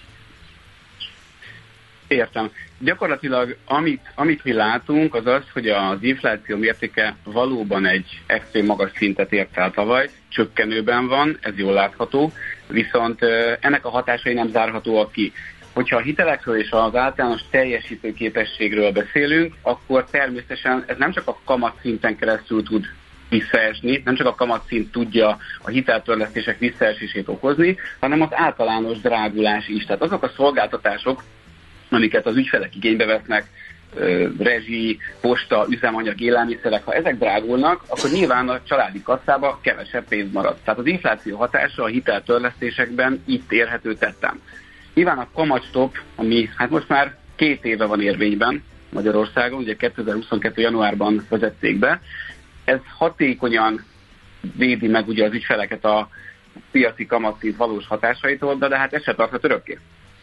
Értem. Gyakorlatilag amit mi látunk, az az, hogy az infláció mértéke valóban egy extrém magas szintet ért el tavaly, csökkenőben van, ez jól látható, viszont ennek a hatásai nem zárhatóak ki. Hogyha a hitelekről és az általános teljesítőképességről beszélünk, akkor természetesen ez nem csak a kamatszinten keresztül tud visszaesni, nem csak a kamatszint tudja a hiteltörlesztések visszaesését okozni, hanem az általános drágulás is. Tehát azok a szolgáltatások, amiket az ügyfelek igénybe vesznek, rezsi, posta, üzemanyag, élelmiszerek, ha ezek drágulnak, akkor nyilván a családi kasszába kevesebb pénz marad. Tehát az infláció hatása a hiteltörlesztésekben itt érhető tetten. Nyilván a kamatstopp, ami hát most már 2 éve van érvényben Magyarországon, ugye 2022. januárban vezették be, ez hatékonyan védi meg ugye az ügyfeleket a piaci kamatszint valós hatásaitól, de hát ez se tarthat örökké.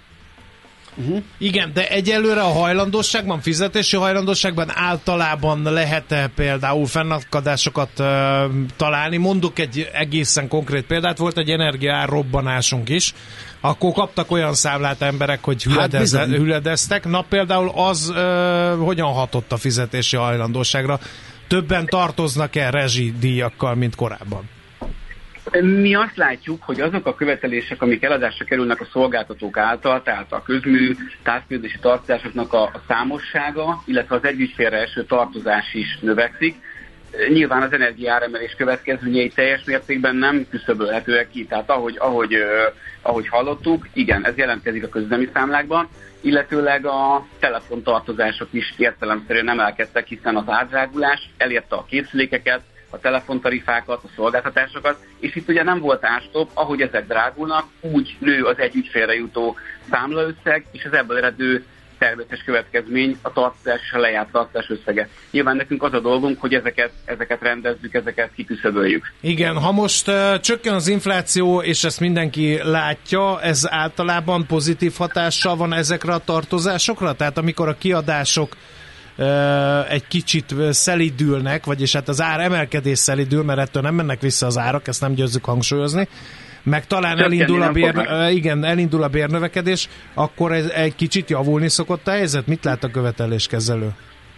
Igen, de egyelőre a hajlandóságban, fizetési hajlandóságban általában lehet-e például fennakadásokat találni? Mondok egy egészen konkrét példát, volt egy energiaár robbanásunk is, akkor kaptak olyan számlát emberek, hogy hüledeztek. Na például az hogyan hatott a fizetési hajlandóságra? Többen tartoznak-e rezsidíjakkal, mint korábban? Mi azt látjuk, hogy azok a követelések, amik eladásra kerülnek a szolgáltatók által, tehát a közmű távközlési tartozásoknak a számossága, illetve az egy ügyfélre eső tartozás is növekszik. Nyilván az energiaáremelés következményei teljes mértékben nem küszöbölhetőek ki, tehát ahogy hallottuk, igen, ez jelentkezik a közüzemi számlákban, illetőleg a telefontartozások is értelemszerűen emelkedtek, hiszen az ádrágulás elérte a készülékeket, a telefontarifákat, a szolgáltatásokat, és itt ugye nem volt ástop, ahogy ezek drágulnak, úgy nő az egy ügyfélre jutó számlaösszeg, és az ebből eredő természetes következmény a tartozás és a lejárt tartozás összege. Nyilván nekünk az a dolgunk, hogy ezeket rendezzük, ezeket kiküszöböljük. Igen, ha most csökken az infláció, és ezt mindenki látja, ez általában pozitív hatással van ezekre a tartozásokra? Tehát amikor a kiadások egy kicsit szelidülnek, vagyis hát az ár emelkedés szelidül, mert ettől nem mennek vissza az árak, ezt nem győzzük hangsúlyozni, meg talán elindul a bérnövekedés, akkor ez egy kicsit javulni szokott a helyzet? Mit lát a követeléskezelő?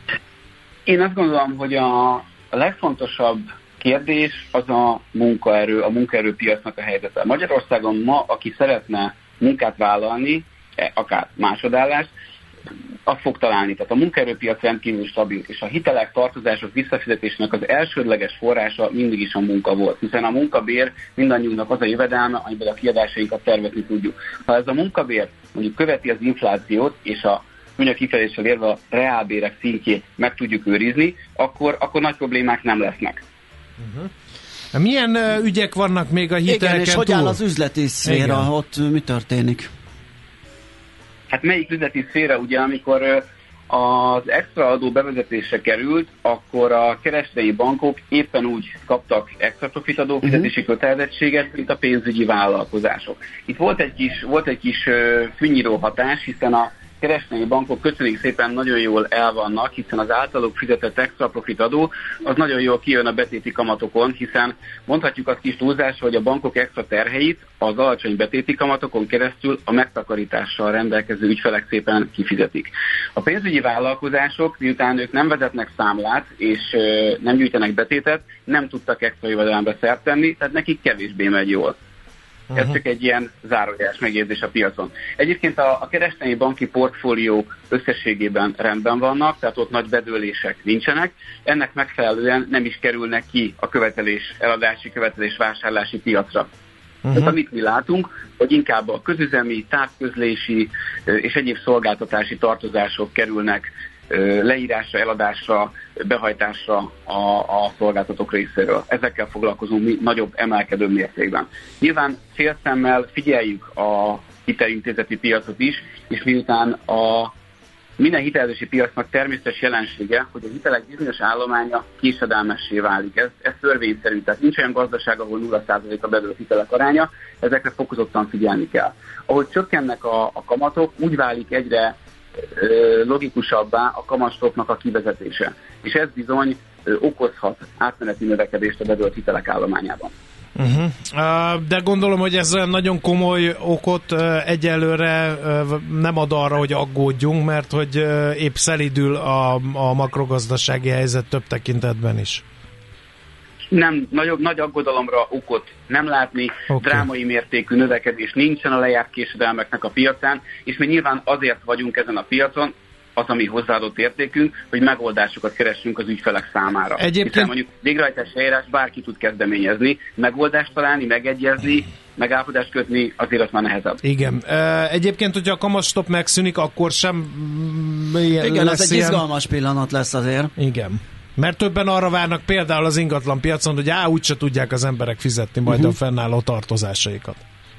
Én azt gondolom, hogy a legfontosabb kérdés az a munkaerőpiacnak a helyzete. Magyarországon ma, aki szeretne munkát vállalni, akár másodállást, azt fog találni. Tehát a munkaerőpiac rendkívül stabil, és a hitelek, tartozások visszafizetésnek az elsődleges forrása mindig is a munka volt, hiszen a munkabér mindannyiunknak az a jövedelme, amiben a kiadásainkat tervezni tudjuk. Ha ez a munkabér mondjuk követi az inflációt, és a csúnya kifejezéssel érve a reálbérek szintjét meg tudjuk őrizni, akkor nagy problémák nem lesznek. Milyen ügyek vannak még a hiteleken? Igen, és hogy áll az üzleti szféra? Ott mi történik? Hát melyik üzleti szféra, ugye, amikor az extra adó bevezetésre került, akkor a kereskedelmi bankok éppen úgy kaptak extra profitadó fizetési kötelezettséget, mint a pénzügyi vállalkozások. Itt volt egy kis fűnyíró hatás, hiszen a kereskedelmi bankok köszönjük szépen nagyon jól el vannak, hiszen az általuk fizetett extra profit adó az nagyon jól kijön a betéti kamatokon, hiszen mondhatjuk azt kis túlzásra, hogy a bankok extra terheit az alacsony betéti kamatokon keresztül a megtakarítással rendelkező ügyfelek szépen kifizetik. A pénzügyi vállalkozások, miután ők nem vezetnek számlát és nem gyűjtenek betétet, nem tudtak extra jövedelemre szert tenni, tehát nekik kevésbé megy jól. Ez csak egy ilyen zárójeles megjegyzés a piacon. Egyébként a kereskedelmi banki portfóliók összességében rendben vannak, tehát ott nagy bedőlések nincsenek, ennek megfelelően nem is kerülnek ki a eladási vásárlási piacra. Tehát amit mi látunk, hogy inkább a közüzemi, távközlési és egyéb szolgáltatási tartozások kerülnek leírásra, eladásra, behajtásra a szolgáltatók részéről. Ezekkel foglalkozunk mi nagyobb emelkedő mértékben. Nyilván félszemmel figyeljük a hitelintézeti piacot is, és miután minden hitelezési piacnak természetes jelensége, hogy a hitelek bizonyos állománya késedelmessé válik. Ez törvényszerű, tehát nincs olyan gazdaság, ahol 0% a bedőlt hitelek aránya, ezekre fokozottan figyelni kell. Ahogy csökkennek a kamatok, úgy válik egyre logikusabbá a kamatstopnak a kivezetése. És ez bizony okozhat átmeneti növekedést a bedőlt hitelek állományában. De gondolom, hogy ez nagyon komoly okot egyelőre nem ad arra, hogy aggódjunk, mert hogy épp szelidül a makrogazdasági helyzet több tekintetben is. Nem, nagy aggodalomra okot nem látni, drámai mértékű növekedés nincsen a lejárt késedelmeknek a piacán, és mi nyilván azért vagyunk ezen a piacon, az, ami hozzáadott értékünk, hogy megoldásokat keressünk az ügyfelek számára. Hiszen mondjuk végrehajtási eljárás bárki tud kezdeményezni, megoldást találni, megegyezni, megállapodást kötni, azért az már nehezebb. Igen. Egyébként, hogyha a kamatstop megszűnik, akkor sem igen, ez egy izgalmas pillanat lesz azért. Igen. Mert többen arra várnak például az ingatlan piacon, hogy úgyse tudják az emberek fizetni majd a fennálló tartozásaikat.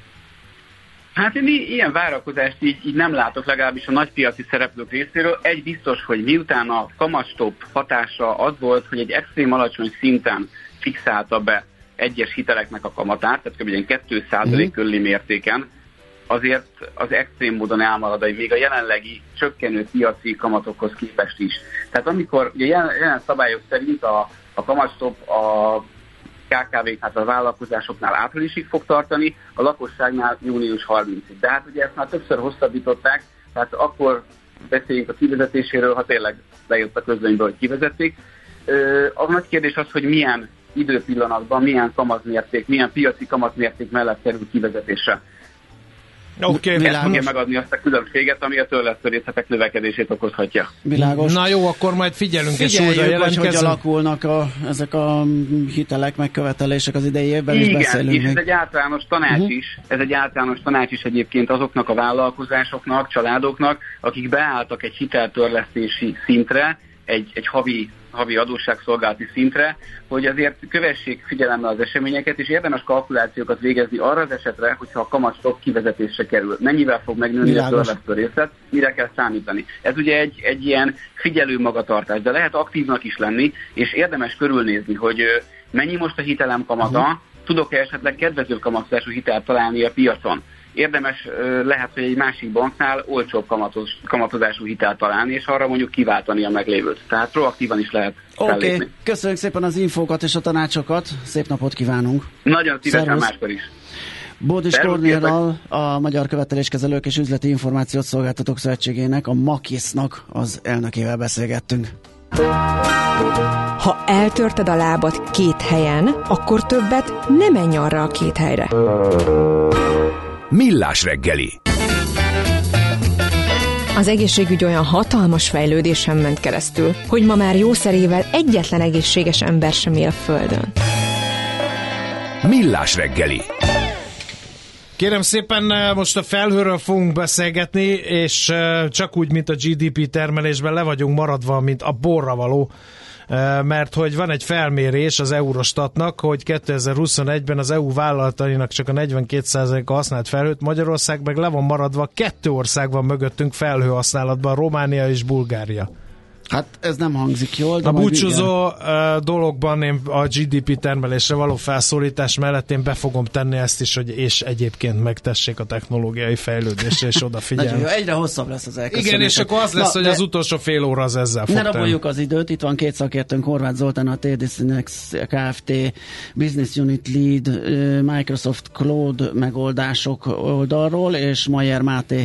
Hát én ilyen várakozást így nem látok, legalábbis a nagypiaci szereplők részéről. Egy biztos, hogy miután a kamatstop hatása az volt, hogy egy extrém alacsony szinten fixálta be egyes hiteleknek a kamatát, tehát kb. 2% körüli mértéken, azért az extrém módon elmarad, még a jelenlegi csökkenő piaci kamatokhoz képest is. Tehát amikor ugye jelen szabályok szerint a kamatstop a KKV-k, a vállalkozásoknál áprilisig fog tartani, a lakosságnál június 30-ig. De hát ugye ezt már többször hosszabbították, tehát akkor beszéljünk a kivezetéséről, ha tényleg lejött a közlönyből, hogy kivezették. A nagy kérdés az, hogy milyen időpillanatban milyen kamatmérték, milyen piaci kamatmérték mellett kerül kivezetésre. Oké, ez fogja megadni azt a különbséget, ami a törlesztőrészetek növekedését okozhatja. Világos. Na jó, akkor majd figyelünk és újra jelentkezünk. Hogy alakulnak ezek a hitelek, megkövetelések az idei évben, is beszélünk. Igen, és ez egy általános tanács is. Ez egy általános tanács is egyébként azoknak a vállalkozásoknak, családoknak, akik beálltak egy hiteltörlesztési szintre, egy havi adósságszolgálati szintre, hogy azért kövessék figyelemmel az eseményeket, és érdemes kalkulációkat végezni arra az esetre, hogyha a kamatstop kivezetésre kerül. Mennyivel fog megnőni a törlesztő részlet, mire kell számítani. Ez ugye egy ilyen figyelő magatartás, de lehet aktívnak is lenni, és érdemes körülnézni, hogy mennyi most a hitelem kamata, tudok-e esetleg kedvező kamatozású hitelt találni a piacon. Érdemes lehet, hogy egy másik banknál olcsóbb kamatozású hitelt találni, és arra mondjuk kiváltani a meglévőt. Tehát proaktívan is lehet fellépni. Oké, köszönjük szépen az infókat és a tanácsokat. Szép napot kívánunk. Nagyon szívesen máskor is. Bódis Kornélral, a Magyar Követeléskezelők és Üzleti Információt Szolgáltatók Szövetségének, a MAKISZ-nak az elnökével beszélgettünk. Ha eltörted a lábad 2 helyen, akkor többet ne menj arra a 2 helyre. Millás reggeli. Az egészségügy olyan hatalmas fejlődésen ment keresztül, hogy ma már jószerével egyetlen egészséges ember sem él Földön. Millás reggeli. Kérem szépen, most a felhőről fogunk beszélgetni, és csak úgy, mint a GDP termelésben le vagyunk maradva, mint a borra való, mert hogy van egy felmérés az Eurostatnak, hogy 2021-ben az EU vállalatainak csak a 42%-a használt felhőt, Magyarország meg le van maradva, 2 ország van mögöttünk felhőhasználatban, Románia és Bulgária. Hát ez nem hangzik jól. De a búcsúzó dologban én a GDP termelésre való felszólítás mellett én be fogom tenni ezt is, hogy és egyébként megtessék a technológiai fejlődésre, és odafigyelni. Egyre hosszabb lesz az elköszönés. Igen, és akkor az lesz, hogy az utolsó fél óra az ezzel fog tenni. Ne raboljuk az időt, itt van 2 szakértőnk, Horváth Zoltán, a TD Synnex Kft. Business Unit Lead, Microsoft Cloud megoldások oldalról, és Mayer Máté,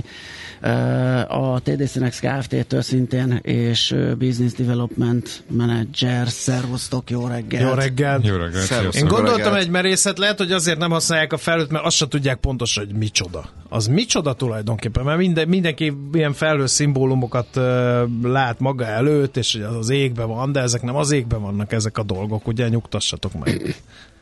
a TD Synnex Kft-től szintén, és Business Development Manager. Szervusztok, jó reggelt! Jó reggelt! Jó reggelt! Én gondoltam egy merészet, lehet, hogy azért nem használják a felhőt, mert azt se tudják pontosan, hogy micsoda. Az micsoda tulajdonképpen, mert mindenki ilyen felhő szimbólumokat lát maga előtt, és hogy az égben van, de ezek nem az égben vannak ezek a dolgok, ugye, nyugtassatok meg.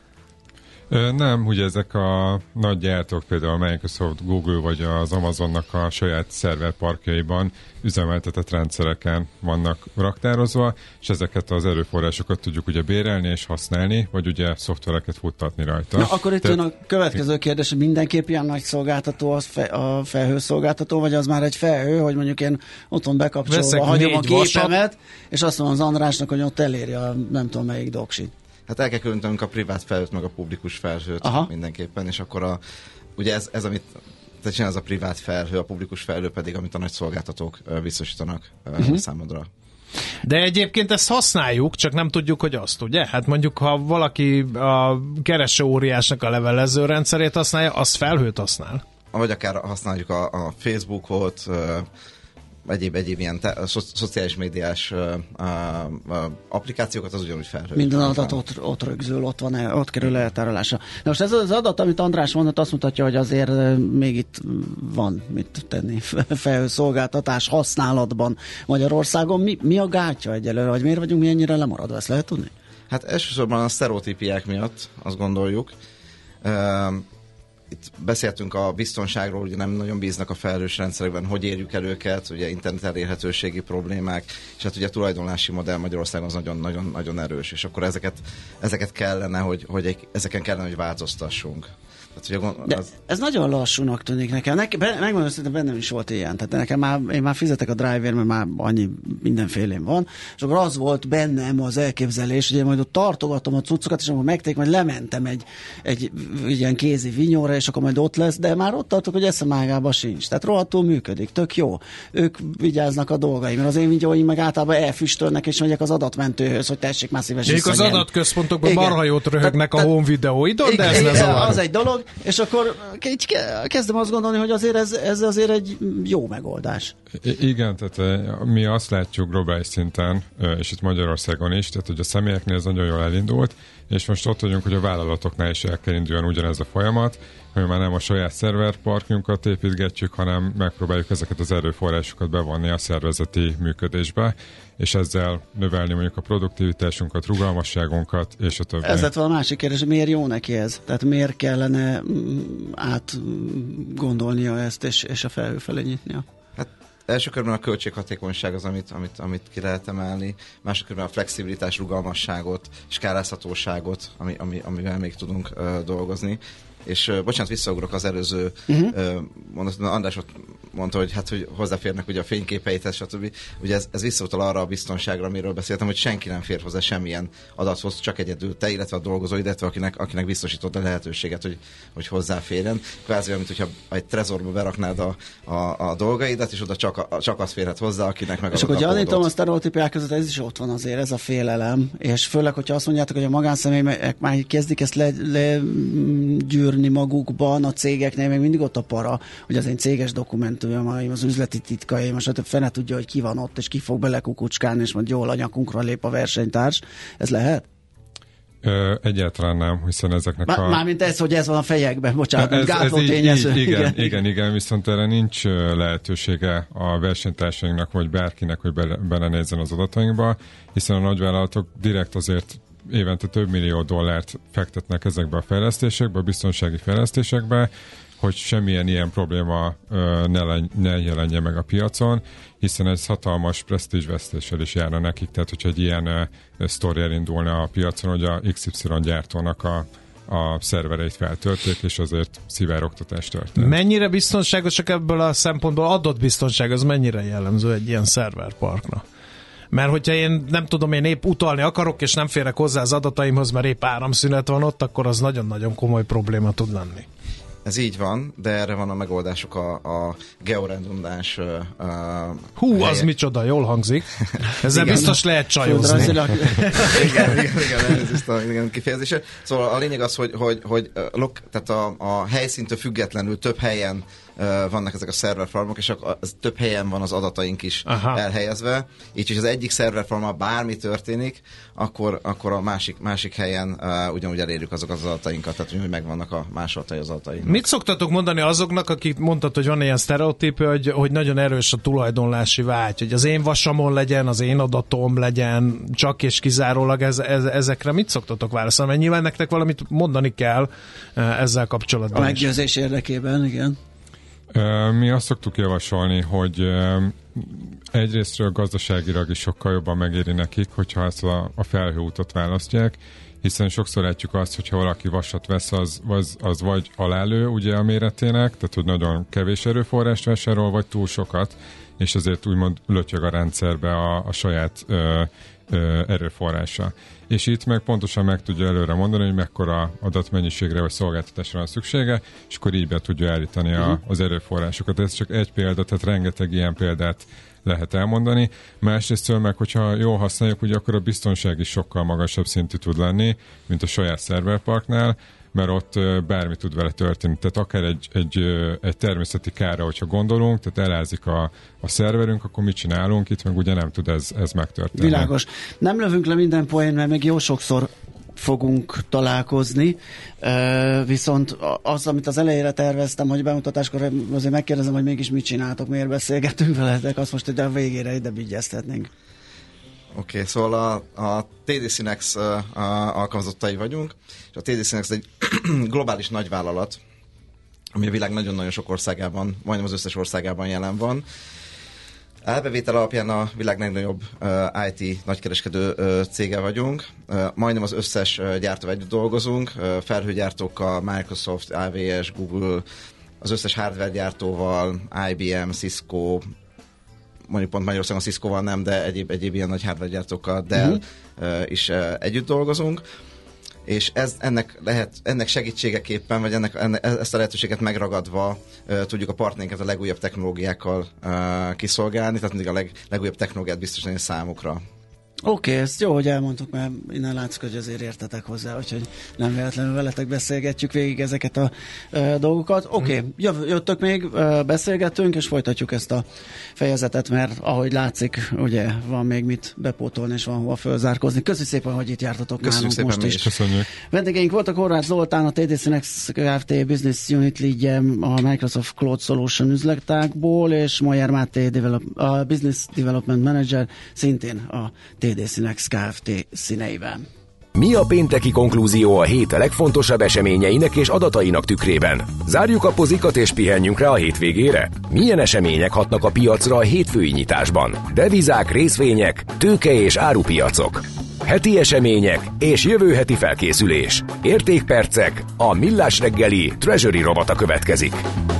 Nem, ugye ezek a nagy gyártók, például a Microsoft, Google vagy az Amazonnak a saját szerverparkjaiban üzemeltetett rendszereken vannak raktározva, és ezeket az erőforrásokat tudjuk ugye bérelni és használni, vagy ugye szoftvereket futtatni rajta. Na, akkor itt jön a következő kérdés, hogy mindenképp ilyen nagy szolgáltató az a felhőszolgáltató, vagy az már egy felhő, hogy mondjuk én otthon bekapcsolva hagyom a gépemet, és azt mondom az Andrásnak, hogy ott eléri a nem tudom melyik doksit. Hát el kell különítenünk a privát felhőt, meg a publikus felhőt. Aha. Mindenképpen, és akkor ugye ez amit csinál, az a privát felhő, a publikus felhő pedig, amit a nagy szolgáltatók biztosítanak számodra. De egyébként ezt használjuk, csak nem tudjuk, hogy azt, ugye? Hát mondjuk, ha valaki a kereső óriásnak a levelező rendszerét használja, az felhőt használ. Vagy akár használjuk a Facebookot, egyéb ilyen szociális médiás applikációkat, az ugyanúgy felhő. Minden adat ott rögzül, ott kerül eltárolásra. Na most ez az adat, amit András mondott, azt mutatja, hogy azért még itt van mit tenni felhőszolgáltatás használatban Magyarországon. Mi a gátja egyelőre, vagy miért vagyunk mi ennyire lemaradva, ezt lehet tudni? Hát elsősorban a sztereotípiák miatt, azt gondoljuk. Itt beszéltünk a biztonságról, ugye nem nagyon bíznak a felhős rendszerekben, hogy érjük el őket, ugye internet elérhetőségi problémák, és hát ugye a tulajdonlási modell Magyarországon az nagyon erős, és akkor ezeket kellene, hogy ezeken kellene, hogy változtassunk. Tehát, ugye, ez nagyon lassúnak tűnik nekem. Megmondom, hogy bennem is volt ilyen. Tehát én már fizetek a driver, mert már annyi mindenfélém van, és akkor az volt bennem az elképzelés, hogy én majd ott tartogatom a cuccokat, és akkor megték, majd lementem egy ilyen kézi vinyóra, és akkor majd ott lesz, de már ott tartok, hogy eszemágában sincs. Tehát rohadtul működik, tök jó. Ők vigyáznak a dolgaim, mert az én vinyóim meg általában elfüstölnek, és megyek az adatmentőhöz, hogy tessék már szívesen. Az adatközpontokban marha jót röhögnek a home videóidon, de ez az egy dolog. dolog, és akkor kezdem azt gondolni, hogy azért ez azért egy jó megoldás. Igen, tehát mi azt látjuk globális szinten, és itt Magyarországon is, tehát hogy a személyeknél ez nagyon jól elindult, és most ott vagyunk, hogy a vállalatoknál is el kell induljon ugyanez a folyamat, hogy már nem a saját szerverparkjunkat építgetjük, hanem megpróbáljuk ezeket az erőforrásokat bevonni a szervezeti működésbe, és ezzel növelni mondjuk a produktivitásunkat, rugalmasságunkat, és a többi. Ez lett a másik kérdés, miért jó neki ez? Tehát miért kellene átgondolnia ezt, és a felhő felé nyitnia? Hát első körben a költséghatékonyság az, amit ki lehet emelni, másodkörben a flexibilitás, rugalmasságot, skálázhatóságot, amivel még tudunk dolgozni. És bocsánat, visszaugrok az előző András ott mondta, hogy hát, hogy hozzáférnek ugye a fényképeithez, stb. Ugye ez visszautal arra a biztonságra, amiről beszéltem, hogy senki nem fér hozzá semmilyen adathoz, csak egyedül te, illetve a dolgozó, illetve akinek biztosított a lehetőséget, hogy hozzáférjen. Kvázi olyan, mint hogyha egy trezorba beraknád a dolgaidat, és oda csak az férhet hozzá, akinek meg és akkor gyanítom, a sztereotípiák között ez is ott van azért, ez a félelem, és főleg, hogyha azt mondjátok, hogy a magánszemélyek már kezdik ezt legyűrni magukban, a cégeknél még mindig ott a para, hogy az én céges dokumentumaim, az üzleti titkaim, és több fene tudja, hogy ki van ott, és ki fog belekukucskálni, és majd jól a nyakunkra lép a versenytárs. Ez lehet? Egyáltalán nem, hiszen ezeknek Mármint ez, hogy ez van a fejekben, bocsánat, gátló tényező. Igen, viszont erre nincs lehetősége a versenytársainknak, vagy bárkinek, hogy belenézzen az adatainkba, hiszen a nagyvállalatok direkt azért évente több millió dollárt fektetnek ezekbe a fejlesztésekbe, a biztonsági fejlesztésekbe, hogy semmilyen ilyen probléma ne jelenje meg a piacon, hiszen ez hatalmas presztízsvesztéssel is járna nekik, tehát hogyha egy ilyen sztori elindulna a piacon, hogy a XY gyártónak a szervereit feltörték, és azért szivároktatás történt. Mennyire biztonságosak ebből a szempontból adott biztonság, az mennyire jellemző egy ilyen szerverparkra? Mert hogyha én nem tudom, én épp utalni akarok, és nem férek hozzá az adataimhoz, mert épp áramszünet van ott, akkor az nagyon-nagyon komoly probléma tud lenni. Ez így van, de erre van a megoldásuk a georedundáns helyek. Az micsoda, jól hangzik. Ezzel igen, biztos lehet csajozni. igen, kifejezése. Szóval a lényeg az, hogy tehát a helyszíntől függetlenül több helyen vannak ezek a szerverfarmok, és több helyen van az adataink is elhelyezve. Így, hogy az egyik szerverfarmmal bármi történik, akkor a másik helyen ugyanúgy elérjük azokat az adatainkat, tehát hogy megvannak a másolatai az adataink. Mit szoktatok mondani azoknak, akik mondtad, hogy van ilyen sztereotípia, hogy nagyon erős a tulajdonlási vágy, hogy az én vasamon legyen, az én adatom legyen, csak és kizárólag ezekre mit szoktatok válaszolni? Mert nyilván nektek valamit mondani kell ezzel kapcsolatban. A meggyőzés érdekében, igen. Mi azt szoktuk javasolni, hogy egyrésztről gazdaságilag is sokkal jobban megéri nekik, hogyha ezt a felhőútot választják, hiszen sokszor látjuk azt, hogyha valaki vasat vesz, az vagy alálő ugye a méretének, tehát hogy nagyon kevés erőforrást vásárol, vagy túl sokat, és ezért úgymond lötyög a rendszerbe a saját erőforrása. És itt meg pontosan meg tudja előre mondani, hogy mekkora adatmennyiségre vagy szolgáltatásra van szüksége, és akkor így be tudja állítani az erőforrásokat. Ez csak egy példa, tehát rengeteg ilyen példát lehet elmondani. Másrészt meg, hogyha jól használjuk, ugye akkor a biztonság is sokkal magasabb szintű tud lenni, mint a saját szerverparknál, mert ott bármi tud vele történni. Tehát akár egy természeti kárra, hogyha gondolunk, tehát elázik a szerverünk, akkor mit csinálunk? Itt meg ugye nem tud ez megtörténni. Világos. Nem lövünk le minden poén, mert még jó sokszor fogunk találkozni, viszont az, amit az elejére terveztem, hogy bemutatáskor azért megkérdezem, hogy mégis mit csináltok, miért beszélgetünk veletek, azt most ide a végére ide vigyeztetnénk. Oké, szóval a TD SYNNEX alkalmazottai vagyunk, és a TD SYNNEX egy globális nagyvállalat, ami a világ nagyon-nagyon sok országában, majdnem az összes országában jelen van. Elbevétel alapján a világ legnagyobb IT nagykereskedő cége vagyunk. Majdnem az összes gyártóval együtt dolgozunk, felhőgyártókkal, Microsoft, AWS, Google, az összes hardware gyártóval, IBM, Cisco, mondjuk pont Magyarországon a Cisco-val nem, de egyéb ilyen nagy hardware gyártókkal, Dell is együtt dolgozunk. És ennek segítségeképpen, vagy ezt a lehetőséget megragadva tudjuk a partnerünket a legújabb technológiákkal kiszolgálni, tehát mindig a legújabb technológiát biztosítani számukra. Oké, ezt jó, hogy elmondtuk, mert innen látszik, hogy azért értetek hozzá, úgyhogy nem véletlenül veletek beszélgetjük végig ezeket a dolgokat. Oké, jöttök még, beszélgetünk, és folytatjuk ezt a fejezetet, mert ahogy látszik, ugye van még mit bepótolni, és van hova fölzárkózni. Köszönjük szépen, hogy itt jártatok nálunk most is. Köszönjük. Vendégeink voltak Horváth Zoltán, a TD SYNNEX Kft. Business Unit Leadje a Microsoft Cloud Solution üzletágból, és Majer Máté a Business Development Manager, szintén a TD SYNNEX Kft. Színeiben. Mi a pénteki konklúzió a hét legfontosabb eseményeinek és adatainak tükrében? Zárjuk a pozikat és pihenjünk rá a hétvégére? Milyen események hatnak a piacra a hétfői nyitásban? Devizák, részvények, tőke és árupiacok. Heti események és jövő heti felkészülés. Értékpercek, a Millás reggeli Treasury rovata következik.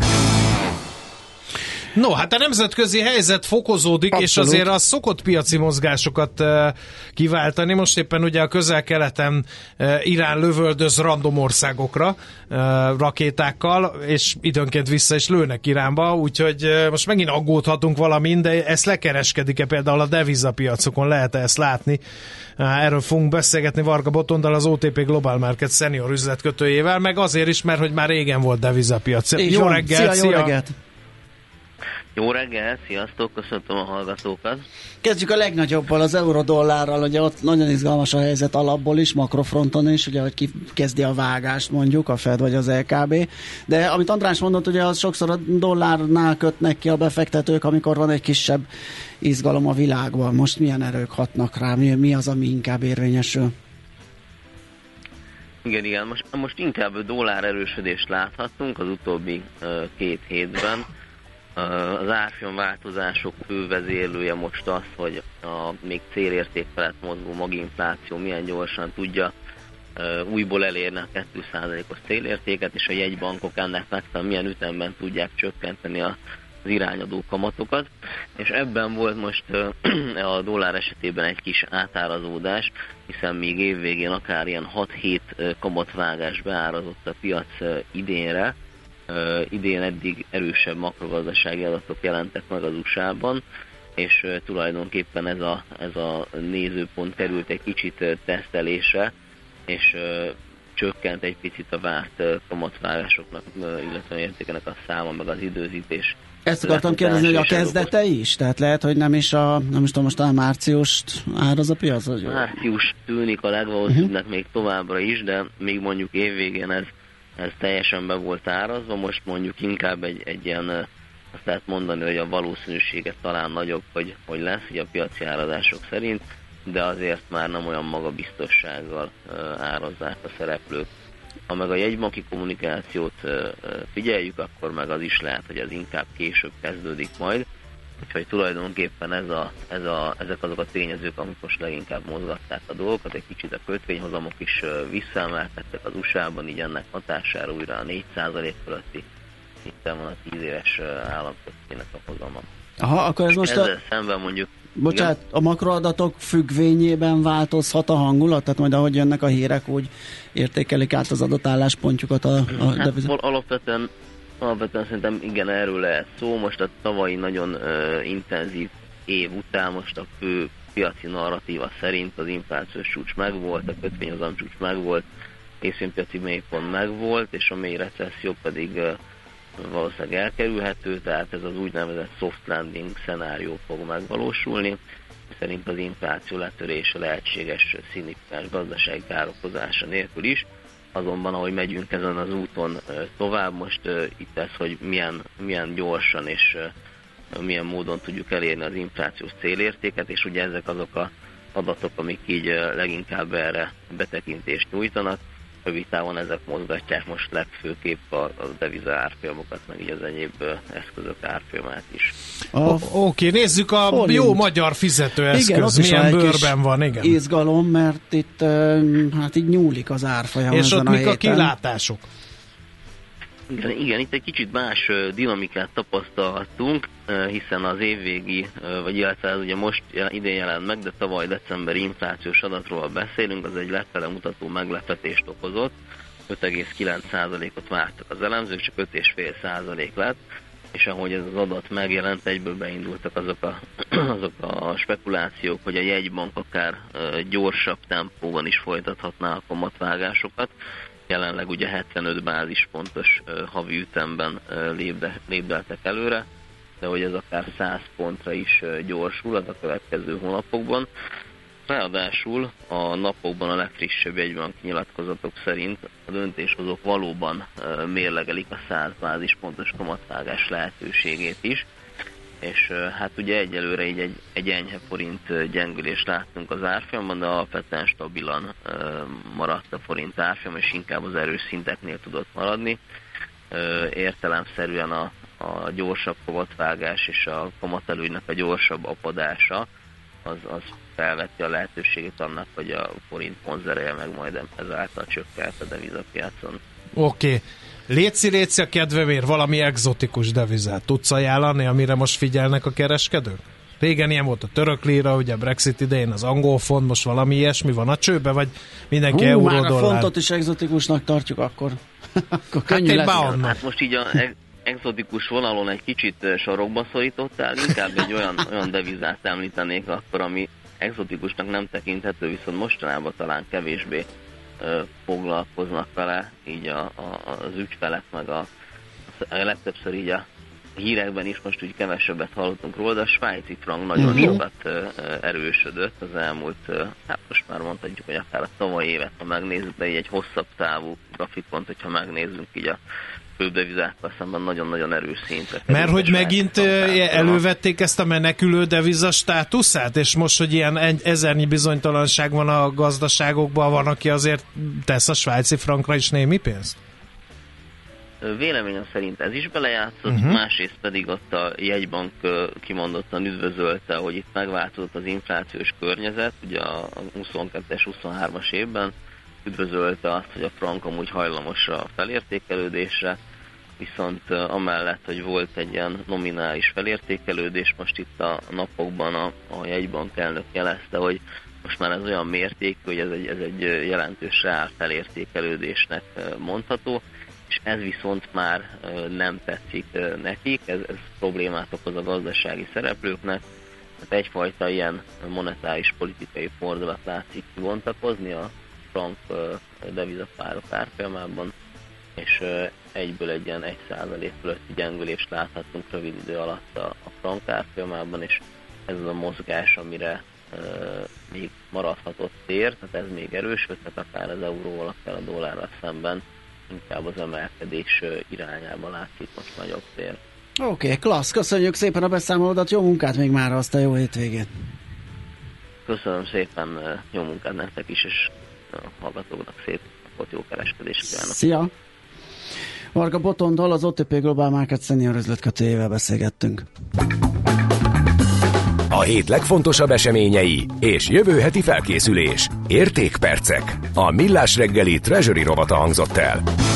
No, hát a nemzetközi helyzet fokozódik, abszolút. És azért az szokott piaci mozgásokat kiváltani. Most éppen ugye a Közel-Keleten Irán lövöldöz random országokra rakétákkal, és időnként vissza is lőnek Iránba, úgyhogy most megint aggódhatunk valamin, de ezt lekereskedik-e például a devizapiacokon, lehet-e ezt látni? Erről fogunk beszélgetni Varga Botondal, az OTP Global Market senior üzletkötőjével, meg azért is, mert hogy már régen volt devizapiac. Jó reggelt! Szia, jó reggelt! Jó reggel, sziasztok, köszöntöm a hallgatókat. Kezdjük a legnagyobbal, az euró-dollárral, ugye ott nagyon izgalmas a helyzet alapból is, makrofronton is, ugye, hogy ki kezdi a vágást mondjuk, a Fed vagy az LKB, de amit András mondott, ugye az sokszor a dollárnál kötnek ki a befektetők, amikor van egy kisebb izgalom a világban. Most milyen erők hatnak rá, mi az, ami inkább érvényesül? Igen, most inkább dollár erősödést láthattunk az utóbbi 2 hétben. Az árfolyam változások fő vezérlője most az, hogy a még célérték felett mozgó maginfláció milyen gyorsan tudja újból elérni a 2%-os célértéket, és a jegybankok ennek megfelelően milyen ütemben tudják csökkenteni az irányadó kamatokat. És ebben volt most a dollár esetében egy kis átárazódás, hiszen még évvégén akár ilyen 6-7 kamatvágás beárazott a piac idénre. Idén eddig erősebb makrogazdasági adatok jelentek meg az USA-ban, és tulajdonképpen ez a nézőpont került egy kicsit tesztelésre, és csökkent egy picit a várt kamatvágásoknak, illetve értékenek a száma, meg az időzítés. Ezt akartam kérdezni, hogy a kezdete is? Tehát lehet, hogy nem is tudom, most a márciust áraz a piac? Vagy? Március tűnik a legvalószínűbbnek még továbbra is, de még mondjuk évvégén ez teljesen be volt árazva, most mondjuk inkább egy ilyen, azt lehet mondani, hogy a valószínűsége talán nagyobb, hogy lesz, hogy a piaci árazások szerint, de azért már nem olyan magabiztossággal árazzák a szereplők. Ha meg a jegybanki kommunikációt figyeljük, akkor meg az is lehet, hogy ez inkább később kezdődik majd. Úgyhogy tulajdonképpen ezek azok a tényezők, amik most leginkább mozgatták a dolgokat. Egy kicsit a kötvényhozamok is visszaemelkedtek az USA-ban, így ennek hatására újra a 4% fölötti szinten van a 10 éves államkötvénynek a hozama. Aha, akkor ez most ezzel szemben mondjuk... Bocsánat, igen? A makroadatok függvényében változhat a hangulat? Tehát majd ahogy jönnek a hírek, úgy értékelik át az adott álláspontjukat alapvetően szerintem igen, erről lehet szó. Most a tavalyi nagyon intenzív év után most a fő piaci narratíva szerint az inflációs csúcs megvolt, a kötvényhozam csúcs megvolt, részvénypiaci mélypont megvolt, és a mély recesszió pedig valószínűleg elkerülhető, tehát ez az úgynevezett soft landing szenárió fog megvalósulni. Szerint az infláció letörése lehetséges szignifikáns gazdasági károkozása nélkül is. Azonban, ahogy megyünk ezen az úton tovább, most itt ez, hogy milyen gyorsan és milyen módon tudjuk elérni az inflációs célértéket, és ugye ezek azok az adatok, amik így leginkább erre betekintést nyújtanak. Rövid távon ezek mozgatják most legfőképp a deviza árfolyamokat, meg így az egyéb eszközök árfolyamát is. Oké, nézzük a forint. Jó magyar fizetőeszköz, igen, milyen bőrben van, igen. Izgalom, mert itt hát így nyúlik az árfolyam. És ott mik a kilátások? Igen, itt egy kicsit más dinamikát tapasztalhattunk, hiszen az évvégi, vagy illetve ez ugye most idén jelent meg, de tavaly decemberi inflációs adatról beszélünk, az egy lefele mutató meglepetést okozott, 5,9%-ot vártak az elemzők, csak 5,5% lett, és ahogy ez az adat megjelent, egyből beindultak azok a spekulációk, hogy a jegybank akár gyorsabb tempóban is folytathatná a kamatvágásokat. Jelenleg ugye 75 bázispontos havi ütemben lépdeltek előre, de hogy ez akár 100 pontra is gyorsul a következő hónapokban. Ráadásul a napokban a legfrissebb jegybanki nyilatkozatok szerint a döntéshozók valóban mérlegelik a 100 bázispontos kamatvágás lehetőségét is, és hát ugye egyelőre így egy enyhe forint gyengülést láttunk az árfolyamban, de alapvetően stabilan maradt a forint árfolyam, és inkább az erős szinteknél tudott maradni. Értelemszerűen a gyorsabb kamatvágás és a kamatelőnynek a gyorsabb apadása az felveti a lehetőséget annak, hogy a forint konzervje meg majd ezáltal csökkent a devizapiacon. Oké. Léci a kedvemért valami egzotikus devizát tudsz ajánlani, amire most figyelnek a kereskedők? Régen ilyen volt a török líra, ugye Brexit idején az angol font, most valami ilyesmi van a csőbe, vagy mindenki euró-dollár? Már a fontot is egzotikusnak tartjuk, akkor könnyű lesz. Hát most így a egzotikus vonalon egy kicsit sarokba szorítottál, inkább egy olyan devizát említenék akkor, ami egzotikusnak nem tekinthető, viszont mostanában talán kevésbé foglalkoznak vele, így az ügyfelek, meg a legtöbbször így a hírekben is most úgy kevesebbet hallottunk róla, de a svájci frank nagyon sokat erősödött az elmúlt, hát most már mondhatjuk, hogy akár a tavalyi évet, ha megnézzük, de így egy hosszabb távú grafikont, hogyha megnézzünk így a fődevizákkal szemben nagyon-nagyon erős szintre. Mert hogy megint elővették ezt a menekülő deviza státuszát, és most, hogy ilyen ezernyi bizonytalanság van a gazdaságokban, van, aki azért tesz a svájci frankra is némi pénzt? Véleményem szerint ez is belejátszott, másrészt pedig ott a jegybank kimondottan üdvözölte, hogy itt megváltozott az inflációs környezet, ugye a 22-es, 23-as évben üdvözölte azt, hogy a frank amúgy hajlamos a felértékelődésre, viszont amellett, hogy volt egy ilyen nominális felértékelődés, most itt a napokban a jegybank elnök jelezte, hogy most már ez olyan mértékű, hogy ez egy jelentős reál felértékelődésnek mondható, és ez viszont már nem tetszik nekik, ez problémát okoz a gazdasági szereplőknek, tehát egyfajta ilyen monetáris politikai fordulat látszik kibontakozni a frank devizapárok árfolyamában, és egyből egy ilyen 1% fölötti gyengülést láthatunk rövid idő alatt a frank árfolyamában, és ez az a mozgás, amire még maradhatott tér, tehát ez még erősödhet, akár az euróval, akár a dollárral szemben, inkább az emelkedés irányába látszik most nagyobb tér. Oké, klassz, köszönjük szépen a beszámolódat, jó munkát még már, azt a jó hétvégét! Köszönöm szépen, jó munkát nektek is, és a hallgatóknak szép napot, jó kereskedést kívánok! Szia! Varga Botondal, az OTP Global Markets senior üzletkötőjével beszélgettünk. A hét legfontosabb eseményei és jövő heti felkészülés. Értékpercek. A Millás reggeli Treasury rovata hangzott el.